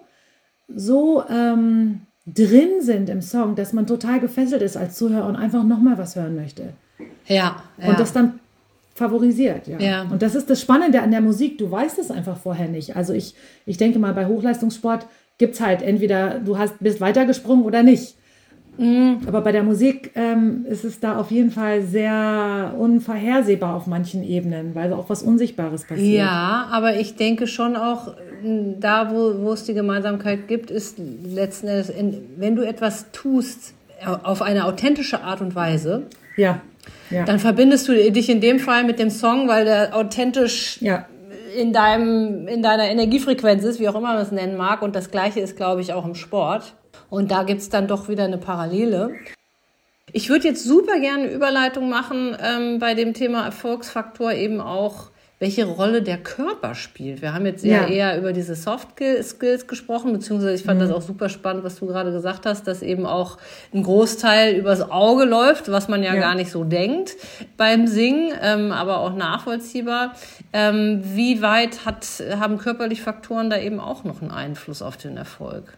so ähm, drin sind im Song, dass man total gefesselt ist als Zuhörer und einfach nochmal was hören möchte. Ja, ja. Und das dann favorisiert. Ja. Ja. Und das ist das Spannende an der Musik, du weißt es einfach vorher nicht. Also ich, ich denke mal, bei Hochleistungssport gibt es halt entweder, du hast, bist weitergesprungen oder nicht. Mhm. Aber bei der Musik ähm, ist es da auf jeden Fall sehr unvorhersehbar auf manchen Ebenen, weil auch was Unsichtbares passiert. Ja, aber ich denke schon auch, da wo, wo es die Gemeinsamkeit gibt, ist letzten Endes, in, wenn du etwas tust auf eine authentische Art und Weise, ja. Ja. dann verbindest du dich in dem Fall mit dem Song, weil der authentisch ja. in deinem, in deiner Energiefrequenz ist, wie auch immer man es nennen mag. Und das Gleiche ist, glaube ich, auch im Sport. Und da gibt's dann doch wieder eine Parallele. Ich würde jetzt super gerne eine Überleitung machen ähm, bei dem Thema Erfolgsfaktor eben auch, welche Rolle der Körper spielt. Wir haben jetzt ja, ja eher über diese Soft Skills gesprochen, beziehungsweise ich fand mhm. das auch super spannend, was du gerade gesagt hast, dass eben auch ein Großteil übers Auge läuft, was man ja, ja. gar nicht so denkt beim Singen, ähm, aber auch nachvollziehbar. Ähm, wie weit hat, haben körperliche Faktoren da eben auch noch einen Einfluss auf den Erfolg?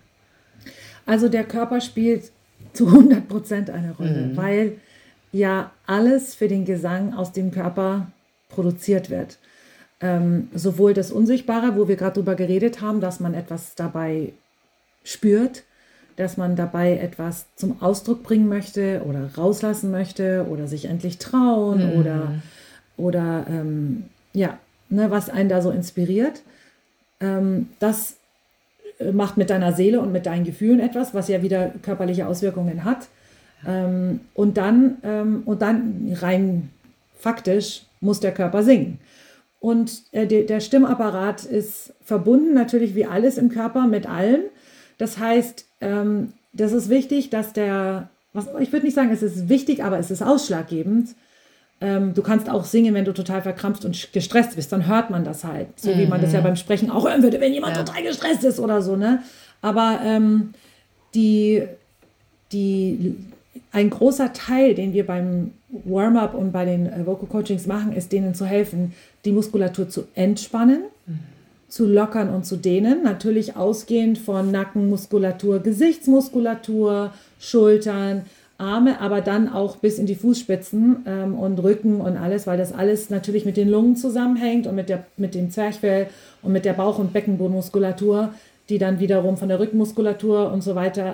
Also der Körper spielt zu hundert Prozent eine Rolle, mhm. weil ja alles für den Gesang aus dem Körper produziert wird. Ähm, sowohl das Unsichtbare, wo wir gerade drüber geredet haben, dass man etwas dabei spürt, dass man dabei etwas zum Ausdruck bringen möchte oder rauslassen möchte oder sich endlich trauen mhm. oder, oder ähm, ja, ne, was einen da so inspiriert. Ähm, das macht mit deiner Seele und mit deinen Gefühlen etwas, was ja wieder körperliche Auswirkungen hat. Ähm, und, dann, ähm, und dann rein faktisch muss der Körper singen. Und äh, de, der Stimmapparat ist verbunden natürlich wie alles im Körper mit allem. Das heißt, ähm, das ist wichtig, dass der, was, ich würde nicht sagen, es ist wichtig, aber es ist ausschlaggebend. Ähm, du kannst auch singen, wenn du total verkrampft und gestresst bist, dann hört man das halt. So mhm. wie man das ja beim Sprechen auch hören würde, wenn jemand ja. total gestresst ist oder so. Ne? Aber ähm, die, die, ein großer Teil, den wir beim Warm-up und bei den äh, Vocal Coachings machen, ist denen zu helfen, die Muskulatur zu entspannen, mhm. zu lockern und zu dehnen. Natürlich ausgehend von Nackenmuskulatur, Gesichtsmuskulatur, Schultern, Arme, aber dann auch bis in die Fußspitzen ähm, und Rücken und alles, weil das alles natürlich mit den Lungen zusammenhängt und mit, der, mit dem Zwerchfell und mit der Bauch- und Beckenbodenmuskulatur. die dann wiederum von der Rückenmuskulatur und so weiter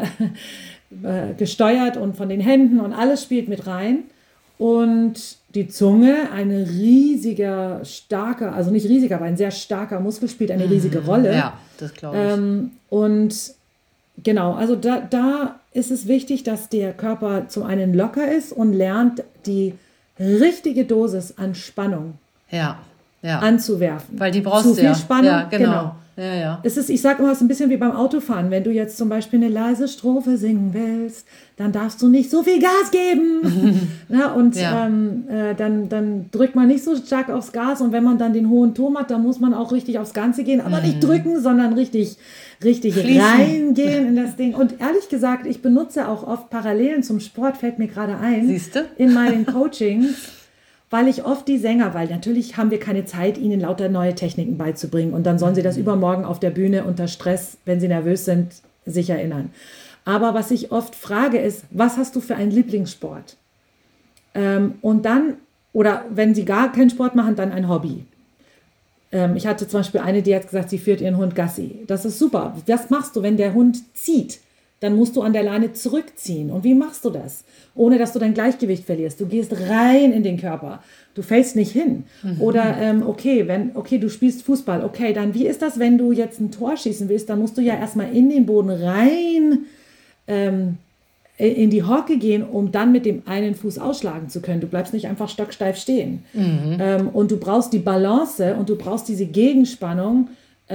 äh, gesteuert und von den Händen und alles spielt mit rein. Und die Zunge, ein riesiger, starker, also nicht riesiger, aber ein sehr starker Muskel, spielt eine riesige Rolle. Ja, das glaube ich. Ähm, und genau, also da, da ist es wichtig, dass der Körper zum einen locker ist und lernt, die richtige Dosis an Spannung ja, ja. anzuwerfen. Weil die brauchst Zu du viel ja. Spannung, Ja, genau. genau. Ja, ja. Es ist, ich sage immer, es ist ein bisschen wie beim Autofahren. Wenn du jetzt zum Beispiel eine leise Strophe singen willst, dann darfst du nicht so viel Gas geben. ja, und Ja. ähm, äh, dann, dann drückt man nicht so stark aufs Gas. Und wenn man dann den hohen Ton hat, dann muss man auch richtig aufs Ganze gehen. Aber nicht drücken, sondern richtig, richtig Fließen. reingehen in das Ding. Und ehrlich gesagt, ich benutze auch oft Parallelen zum Sport, fällt mir gerade ein, Siehste? in meinen Coachings. Weil ich oft die Sänger, weil natürlich haben wir keine Zeit, ihnen lauter neue Techniken beizubringen. Und dann sollen sie das übermorgen auf der Bühne unter Stress, wenn sie nervös sind, sich erinnern. Aber was ich oft frage ist, was hast du für einen Lieblingssport? Ähm, und dann, oder wenn sie gar keinen Sport machen, dann ein Hobby. Ähm, ich hatte zum Beispiel eine, die hat gesagt, sie führt ihren Hund Gassi. Das ist super. Was machst du, wenn der Hund zieht? Dann musst du an der Leine zurückziehen. Und wie machst du das? Ohne, dass du dein Gleichgewicht verlierst. Du gehst rein in den Körper. Du fällst nicht hin. Mhm. Oder, ähm, okay, wenn, okay, du spielst Fußball. Okay, dann wie ist das, wenn du jetzt ein Tor schießen willst? Dann musst du ja erstmal in den Boden rein ähm, in die Hocke gehen, um dann mit dem einen Fuß ausschlagen zu können. Du bleibst nicht einfach stocksteif stehen. Mhm. Ähm, und du brauchst die Balance und du brauchst diese Gegenspannung,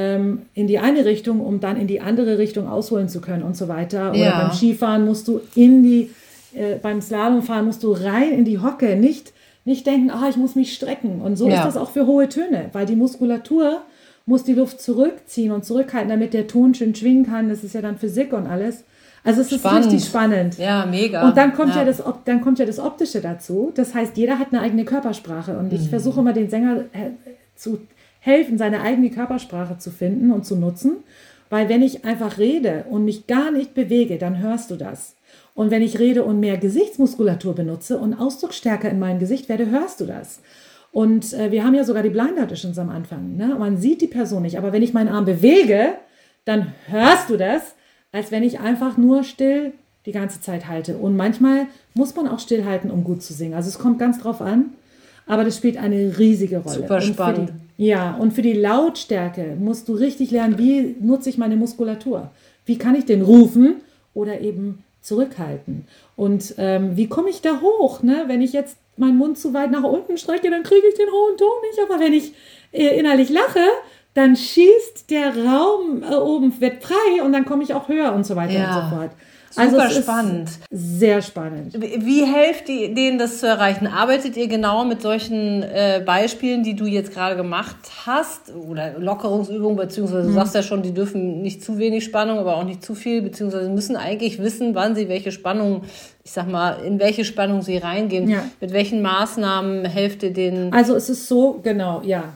in die eine Richtung, um dann in die andere Richtung ausholen zu können und so weiter. Oder Ja. beim Skifahren musst du in die, äh, beim Slalomfahren musst du rein in die Hocke, nicht, nicht denken, ah, ich muss mich strecken. Und so Ja. ist das auch für hohe Töne, weil die Muskulatur muss die Luft zurückziehen und zurückhalten, damit der Ton schön schwingen kann. Das ist ja dann Physik und alles. Also es ist Spannend. richtig spannend. Ja, mega. Und dann kommt ja, ja das, Op- dann kommt ja das Optische dazu. Das heißt, jeder hat eine eigene Körpersprache. Und ich mhm. versuche immer den Sänger äh, zu helfen, seine eigene Körpersprache zu finden und zu nutzen, weil wenn ich einfach rede und mich gar nicht bewege, dann hörst du das. Und wenn ich rede und mehr Gesichtsmuskulatur benutze und ausdrucksstärker in meinem Gesicht werde, hörst du das. Und äh, wir haben ja sogar die Blind Auditions am Anfang. Ne? Man sieht die Person nicht, aber wenn ich meinen Arm bewege, dann hörst du das, als wenn ich einfach nur still die ganze Zeit halte. Und manchmal muss man auch stillhalten, um gut zu singen. Also es kommt ganz drauf an. Aber das spielt eine riesige Rolle. Super und spannend. Die, ja, und für die Lautstärke musst du richtig lernen, wie nutze ich meine Muskulatur? Wie kann ich den rufen oder eben zurückhalten? Und ähm, wie komme ich da hoch? Ne? Wenn ich jetzt meinen Mund zu weit nach unten strecke, dann kriege ich den hohen Ton nicht. Aber wenn ich äh, innerlich lache, dann schießt der Raum äh, oben, wird frei und dann komme ich auch höher und so weiter Ja. und so fort. Super also es spannend. Ist sehr spannend. Wie wie helft ihr denen, das zu erreichen? Arbeitet ihr genau mit solchen äh, Beispielen, die du jetzt gerade gemacht hast? Oder Lockerungsübungen, beziehungsweise du Mhm. sagst ja schon, die dürfen nicht zu wenig Spannung, aber auch nicht zu viel, beziehungsweise müssen eigentlich wissen, wann sie welche Spannung, ich sag mal, in welche Spannung sie reingehen. Ja. Mit welchen Maßnahmen helft ihr denen? Also es ist so, genau, ja.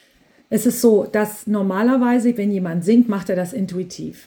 Es ist so, dass normalerweise, wenn jemand singt, macht er das intuitiv.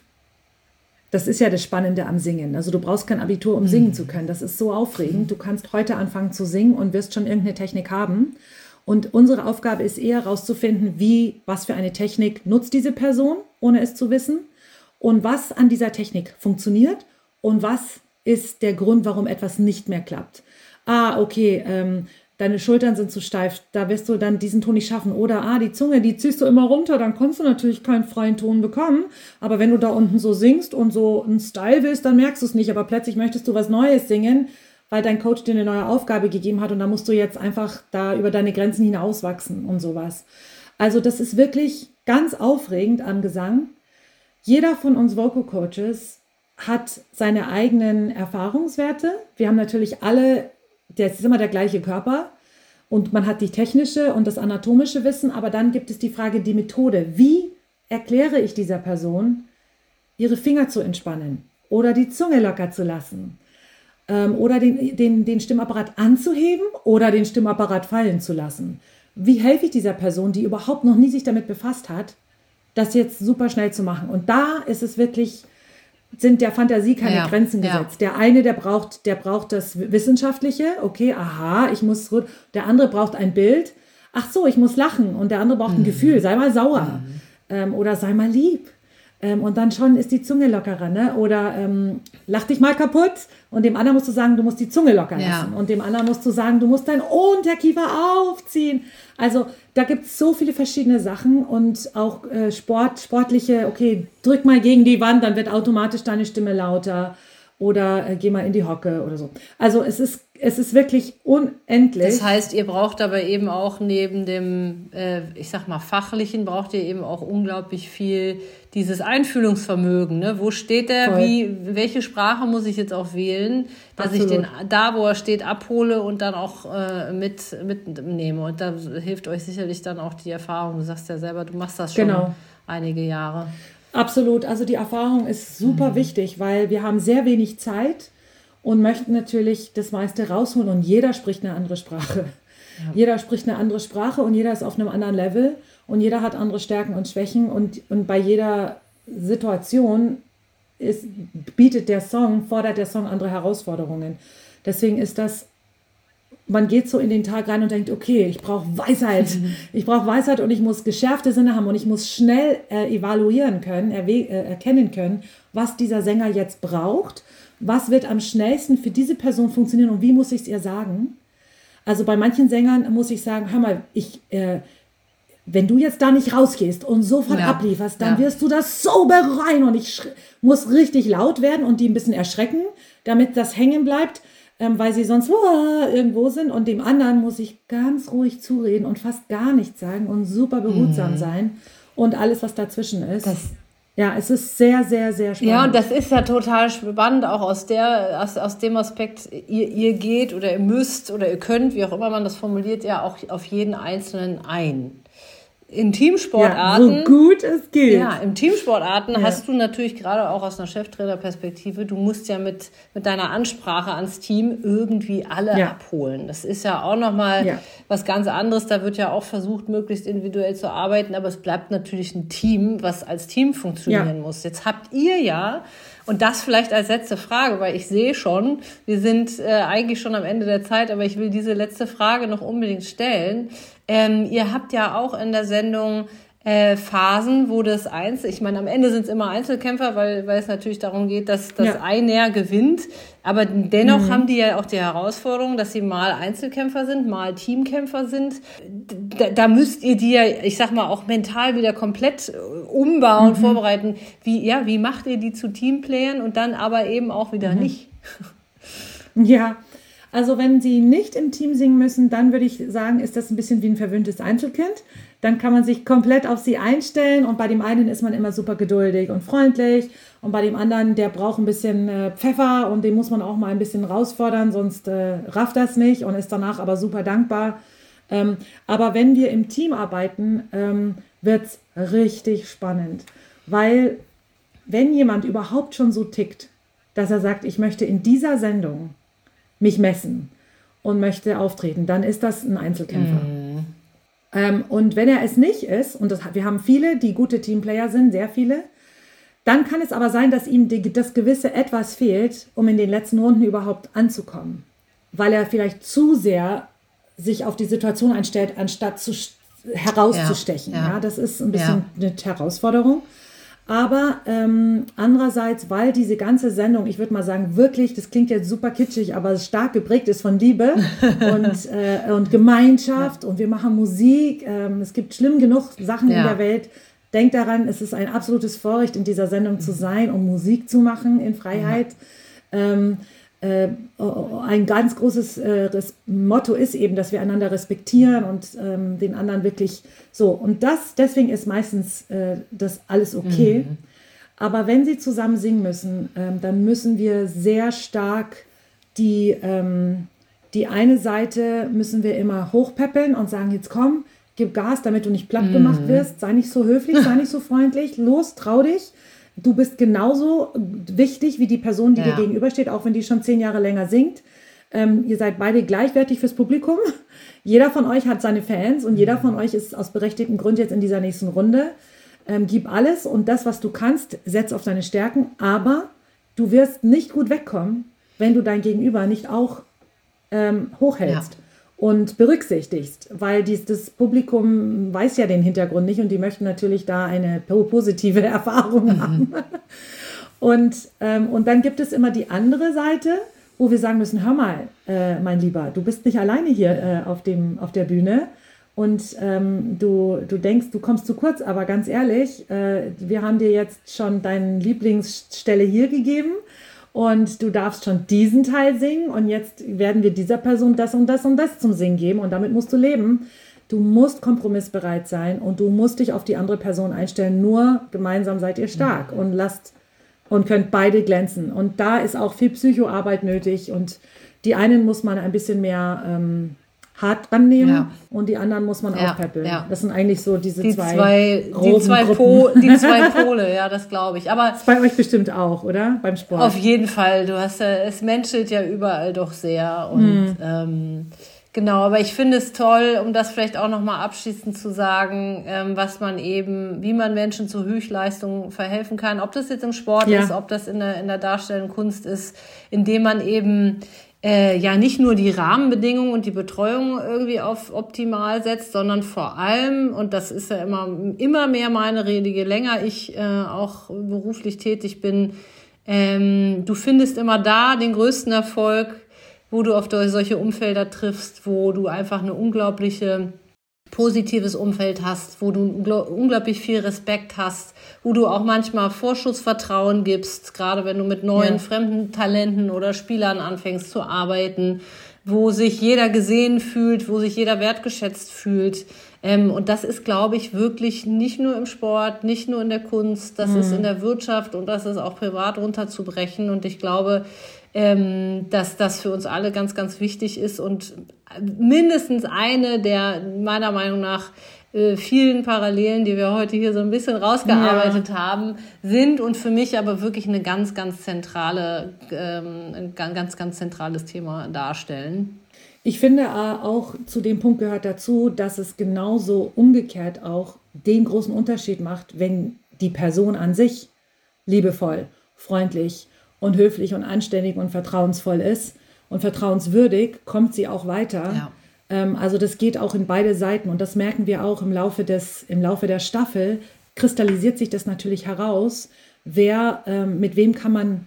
Das ist ja das Spannende am Singen. Also du brauchst kein Abitur, um singen zu können. Das ist so aufregend. Du kannst heute anfangen zu singen und wirst schon irgendeine Technik haben. Und unsere Aufgabe ist eher herauszufinden, wie, was für eine Technik nutzt diese Person, ohne es zu wissen. Und was an dieser Technik funktioniert und was ist der Grund, warum etwas nicht mehr klappt. Ah, okay, ähm, deine Schultern sind zu steif, da wirst du dann diesen Ton nicht schaffen. Oder, ah, die Zunge, die ziehst du immer runter, dann kannst du natürlich keinen freien Ton bekommen. Aber wenn du da unten so singst und so einen Style willst, dann merkst du es nicht. Aber plötzlich möchtest du was Neues singen, weil dein Coach dir eine neue Aufgabe gegeben hat und da musst du jetzt einfach da über deine Grenzen hinauswachsen und sowas. Also das ist wirklich ganz aufregend am Gesang. Jeder von uns Vocal Coaches hat seine eigenen Erfahrungswerte. Wir haben natürlich alle, das ist immer der gleiche Körper und man hat die technische und das anatomische Wissen, aber dann gibt es die Frage, die Methode. Wie erkläre ich dieser Person, ihre Finger zu entspannen oder die Zunge locker zu lassen ähm, oder den, den, den Stimmapparat anzuheben oder den Stimmapparat fallen zu lassen? Wie helfe ich dieser Person, die überhaupt noch nie sich damit befasst hat, das jetzt super schnell zu machen? Und da ist es wirklich, sind der Fantasie keine Ja, Grenzen ja. gesetzt. Der eine, der braucht, der braucht das Wissenschaftliche, okay, aha, ich muss, der andere braucht ein Bild, ach so, ich muss lachen und der andere braucht ein Gefühl, sei mal sauer ähm, oder sei mal lieb. Ähm, und dann schon ist die Zunge lockerer, ne? Oder ähm, lach dich mal kaputt und dem anderen musst du sagen, du musst die Zunge locker lassen. Ja. Und dem anderen musst du sagen, du musst deinen Unterkiefer aufziehen. Also da gibt es so viele verschiedene Sachen und auch äh, Sport, sportliche, okay, drück mal gegen die Wand, dann wird automatisch deine Stimme lauter. Oder äh, geh mal in die Hocke oder so. Also es ist, es ist wirklich unendlich. Das heißt, ihr braucht aber eben auch neben dem, äh, ich sag mal, fachlichen, braucht ihr eben auch unglaublich viel dieses Einfühlungsvermögen. Ne? Wo steht der, Voll. wie, welche Sprache muss ich jetzt auch wählen, dass Absolut. ich den da, wo er steht, abhole und dann auch äh, mit, mitnehme. Und da hilft euch sicherlich dann auch die Erfahrung. Du sagst ja selber, du machst das schon Genau. einige Jahre. Absolut, also die Erfahrung ist super mhm. wichtig, weil wir haben sehr wenig Zeit und möchten natürlich das meiste rausholen und jeder spricht eine andere Sprache. Ja. Jeder spricht eine andere Sprache und jeder ist auf einem anderen Level und jeder hat andere Stärken und Schwächen und, und bei jeder Situation ist, bietet der Song, fordert der Song andere Herausforderungen. Deswegen ist das, man geht so in den Tag rein und denkt, okay, ich brauche Weisheit. Ich brauche Weisheit und ich muss geschärfte Sinne haben und ich muss schnell äh, evaluieren können, erwe- äh, erkennen können, was dieser Sänger jetzt braucht, was wird am schnellsten für diese Person funktionieren und wie muss ich es ihr sagen. Also bei manchen Sängern muss ich sagen, hör mal, ich, äh, wenn du jetzt da nicht rausgehst und sofort ja. ablieferst, dann ja. wirst du das so bereuen und ich sch- muss richtig laut werden und die ein bisschen erschrecken, damit das hängen bleibt. Ähm, weil sie sonst uh, irgendwo sind und dem anderen muss ich ganz ruhig zureden und fast gar nichts sagen und super behutsam mm. sein und alles, was dazwischen ist. Das, ja, es ist sehr, sehr, sehr spannend. Ja, und das ist ja total spannend, auch aus, der, aus, aus dem Aspekt, ihr, ihr geht oder ihr müsst oder ihr könnt, wie auch immer man das formuliert, ja auch auf jeden Einzelnen ein. In Teamsportarten, ja, so gut es geht. Ja, in Teamsportarten ja. hast du natürlich gerade auch aus einer Cheftrainerperspektive, du musst ja mit, mit deiner Ansprache ans Team irgendwie alle ja. abholen. Das ist ja auch nochmal ja. was ganz anderes. Da wird ja auch versucht, möglichst individuell zu arbeiten, aber es bleibt natürlich ein Team, was als Team funktionieren ja. muss. Jetzt habt ihr ja, und das vielleicht als letzte Frage, weil ich sehe schon, wir sind äh, eigentlich schon am Ende der Zeit, aber ich will diese letzte Frage noch unbedingt stellen. Ähm, ihr habt ja auch in der Sendung äh, Phasen, wo das Einzel, ich meine, am Ende sind es immer Einzelkämpfer, weil, weil es natürlich darum geht, dass das ja. Einer gewinnt. Aber dennoch mhm. haben die ja auch die Herausforderung, dass sie mal Einzelkämpfer sind, mal Teamkämpfer sind. Da, da müsst ihr die ja, ich sag mal, auch mental wieder komplett umbauen, mhm. vorbereiten. Wie, ja, wie macht ihr die zu Teamplayern und dann aber eben auch wieder mhm. nicht? Ja, also wenn sie nicht im Team singen müssen, dann würde ich sagen, ist das ein bisschen wie ein verwöhntes Einzelkind. Dann kann man sich komplett auf sie einstellen und bei dem einen ist man immer super geduldig und freundlich und bei dem anderen, der braucht ein bisschen äh, Pfeffer und den muss man auch mal ein bisschen herausfordern, sonst äh, rafft das nicht und ist danach aber super dankbar. Ähm, aber wenn wir im Team arbeiten, ähm, wird es richtig spannend, weil wenn jemand überhaupt schon so tickt, dass er sagt, ich möchte in dieser Sendung mich messen und möchte auftreten, dann ist das ein Einzelkämpfer. Mm. Ähm, und wenn er es nicht ist, und das, wir haben viele, die gute Teamplayer sind, sehr viele, dann kann es aber sein, dass ihm die, das gewisse Etwas fehlt, um in den letzten Runden überhaupt anzukommen. Weil er vielleicht zu sehr sich auf die Situation einstellt, anstatt zu, herauszustechen. Ja, ja. Ja, das ist ein bisschen ja. eine Herausforderung. Aber ähm, andererseits, weil diese ganze Sendung, ich würde mal sagen, wirklich, das klingt jetzt super kitschig, aber stark geprägt ist von Liebe und, äh, und Gemeinschaft ja. und wir machen Musik. Ähm, es gibt schlimm genug Sachen ja. in der Welt. Denkt daran, es ist ein absolutes Vorrecht, in dieser Sendung zu sein, um Musik zu machen in Freiheit. Ja. Ähm, äh, ein ganz großes äh, Motto ist eben, dass wir einander respektieren und ähm, den anderen wirklich so. Und das, deswegen ist meistens äh, das alles okay. Mhm. Aber wenn sie zusammen singen müssen, ähm, dann müssen wir sehr stark die, ähm, die eine Seite müssen wir immer hochpäppeln und sagen, jetzt komm, gib Gas, damit du nicht platt gemacht mhm. wirst. Sei nicht so höflich, sei nicht so freundlich. Los, trau dich. Du bist genauso wichtig wie die Person, die ja. dir gegenübersteht, auch wenn die schon zehn Jahre länger singt. Ähm, ihr seid beide gleichwertig fürs Publikum. Jeder von euch hat seine Fans und mhm. jeder von euch ist aus berechtigtem Grund jetzt in dieser nächsten Runde. Ähm, gib alles und das, was du kannst, setz auf deine Stärken. Aber du wirst nicht gut wegkommen, wenn du dein Gegenüber nicht auch ähm, hochhältst. Ja. und berücksichtigst, weil dies, das Publikum weiß ja den Hintergrund nicht und die möchten natürlich da eine positive Erfahrung mhm. haben. Und, ähm, und dann gibt es immer die andere Seite, wo wir sagen müssen, hör mal, äh, mein Lieber, du bist nicht alleine hier äh, auf, dem, auf der Bühne und ähm, du, du denkst, du kommst zu kurz, aber ganz ehrlich, äh, wir haben dir jetzt schon deine Lieblingsstelle hier gegeben und du darfst schon diesen Teil singen und jetzt werden wir dieser Person das und das und das zum Singen geben und damit musst du leben. Du musst kompromissbereit sein und du musst dich auf die andere Person einstellen, nur gemeinsam seid ihr stark mhm. und lasst und könnt beide glänzen. Und da ist auch viel Psychoarbeit nötig und die einen muss man ein bisschen mehr ähm, hart rannehmen ja. und die anderen muss man ja. aufpäppeln. Ja. Das sind eigentlich so diese die zwei, zwei, die zwei, po, die zwei Pole, ja, das glaube ich. Aber das ist bei euch bestimmt auch, oder? Beim Sport. Auf jeden Fall. Du hast ja, es menschelt ja überall doch sehr und hm. ähm, genau, aber ich finde es toll, um das vielleicht auch nochmal abschließend zu sagen, ähm, was man eben, wie man Menschen zur Höchstleistung verhelfen kann, ob das jetzt im Sport ja. ist, ob das in der, in der darstellenden Kunst ist, indem man eben äh, ja nicht nur die Rahmenbedingungen und die Betreuung irgendwie auf optimal setzt, sondern vor allem, und das ist ja immer, immer mehr meine Rede, je länger ich äh, auch beruflich tätig bin, ähm, du findest immer da den größten Erfolg, wo du auf solche Umfelder triffst, wo du einfach eine unglaubliche positives Umfeld hast, wo du unglaublich viel Respekt hast, wo du auch manchmal Vorschussvertrauen gibst, gerade wenn du mit neuen, ja. fremden Talenten oder Spielern anfängst zu arbeiten, wo sich jeder gesehen fühlt, wo sich jeder wertgeschätzt fühlt. Ähm, und das ist, glaube ich, wirklich nicht nur im Sport, nicht nur in der Kunst, das mhm. ist in der Wirtschaft und das ist auch privat runterzubrechen. Und ich glaube, ähm, dass das für uns alle ganz, ganz wichtig ist und mindestens eine der meiner Meinung nach äh, vielen Parallelen, die wir heute hier so ein bisschen rausgearbeitet ja. haben, sind und für mich aber wirklich eine ganz, ganz zentrale, ähm, ein ganz, ganz zentrales Thema darstellen. Ich finde auch, zu dem Punkt gehört dazu, dass es genauso umgekehrt auch den großen Unterschied macht, wenn die Person an sich liebevoll, freundlich und höflich und anständig und vertrauensvoll ist und vertrauenswürdig, kommt sie auch weiter. Ja. Ähm, also das geht auch in beide Seiten und das merken wir auch im Laufe des, im Laufe der Staffel, kristallisiert sich das natürlich heraus, wer, ähm, mit wem kann man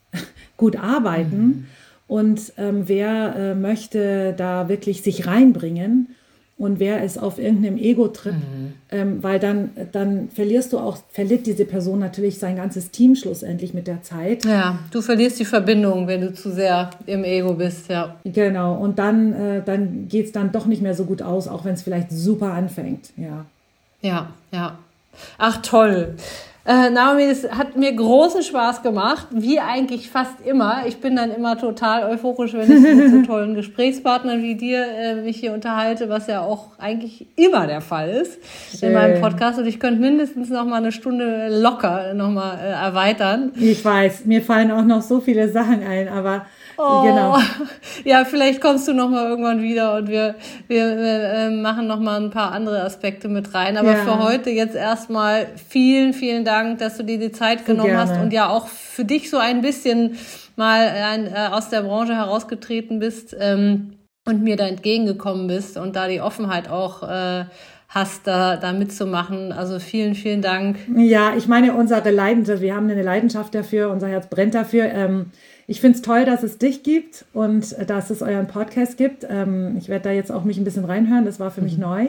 gut arbeiten mhm. und ähm, wer äh, möchte da wirklich sich reinbringen und wer ist auf irgendeinem Ego-Trip, mhm. ähm, weil dann, dann verlierst du auch, verliert diese Person natürlich sein ganzes Team schlussendlich mit der Zeit. Ja, du verlierst die Verbindung, wenn du zu sehr im Ego bist, ja. Genau, und dann, äh, dann geht es dann doch nicht mehr so gut aus, auch wenn es vielleicht super anfängt, ja. Ja, ja. Ach, toll. Äh, Naomi, es hat mir großen Spaß gemacht, wie eigentlich fast immer. Ich bin dann immer total euphorisch, wenn ich mit so tollen Gesprächspartnern wie dir äh, mich hier unterhalte, was ja auch eigentlich immer der Fall ist Schön. in meinem Podcast. Und ich könnte mindestens noch mal eine Stunde locker noch mal äh, erweitern. Ich weiß, mir fallen auch noch so viele Sachen ein, aber Oh, genau. Ja, vielleicht kommst du noch mal irgendwann wieder und wir wir äh, machen noch mal ein paar andere Aspekte mit rein. Aber ja. für heute jetzt erstmal vielen, vielen Dank, dass du dir die Zeit so genommen gerne. hast und ja auch für dich so ein bisschen mal ein, äh, aus der Branche herausgetreten bist ähm, und mir da entgegengekommen bist und da die Offenheit auch äh, hast, da, da mitzumachen. Also vielen, vielen Dank. Ja, ich meine, unsere Leidenschaft, wir haben eine Leidenschaft dafür, unser Herz brennt dafür. Ähm, Ich finde es toll, dass es dich gibt und dass es euren Podcast gibt. Ähm, ich werde da jetzt auch mich ein bisschen reinhören, das war für mich mhm. neu.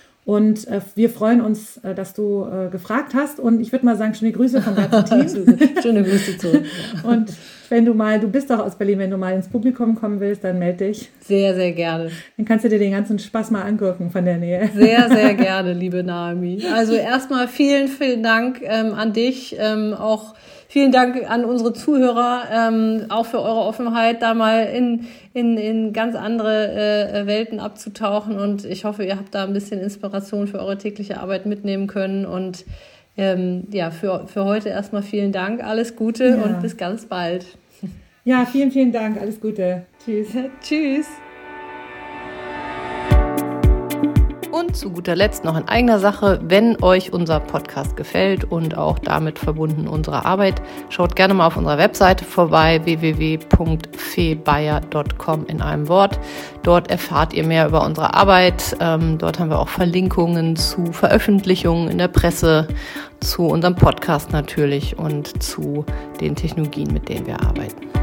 Und äh, wir freuen uns, äh, dass du äh, gefragt hast. Und ich würde mal sagen, schöne Grüße vom ganzen Team. Schöne Grüße zurück. Und wenn du mal, du bist doch aus Berlin, wenn du mal ins Publikum kommen willst, dann melde dich. Sehr, sehr gerne. Dann kannst du dir den ganzen Spaß mal angucken von der Nähe. Sehr, sehr gerne, liebe Naomi. Also erstmal vielen, vielen Dank ähm, an dich, ähm, auch vielen Dank an unsere Zuhörer, ähm, auch für eure Offenheit, da mal in, in, in ganz andere äh, Welten abzutauchen. Und ich hoffe, ihr habt da ein bisschen Inspiration für eure tägliche Arbeit mitnehmen können. Und ähm, ja, für, für heute erstmal vielen Dank, alles Gute ja. und bis ganz bald. Ja, vielen, vielen Dank, alles Gute. Tschüss. Tschüss. Und Zu guter Letzt noch in eigener Sache, wenn euch unser Podcast gefällt und auch damit verbunden unsere Arbeit, schaut gerne mal auf unserer Webseite vorbei, w w w punkt febayer punkt com in einem Wort. Dort erfahrt ihr mehr über unsere Arbeit. Ähm, dort haben wir auch Verlinkungen zu Veröffentlichungen in der Presse, zu unserem Podcast natürlich und zu den Technologien, mit denen wir arbeiten.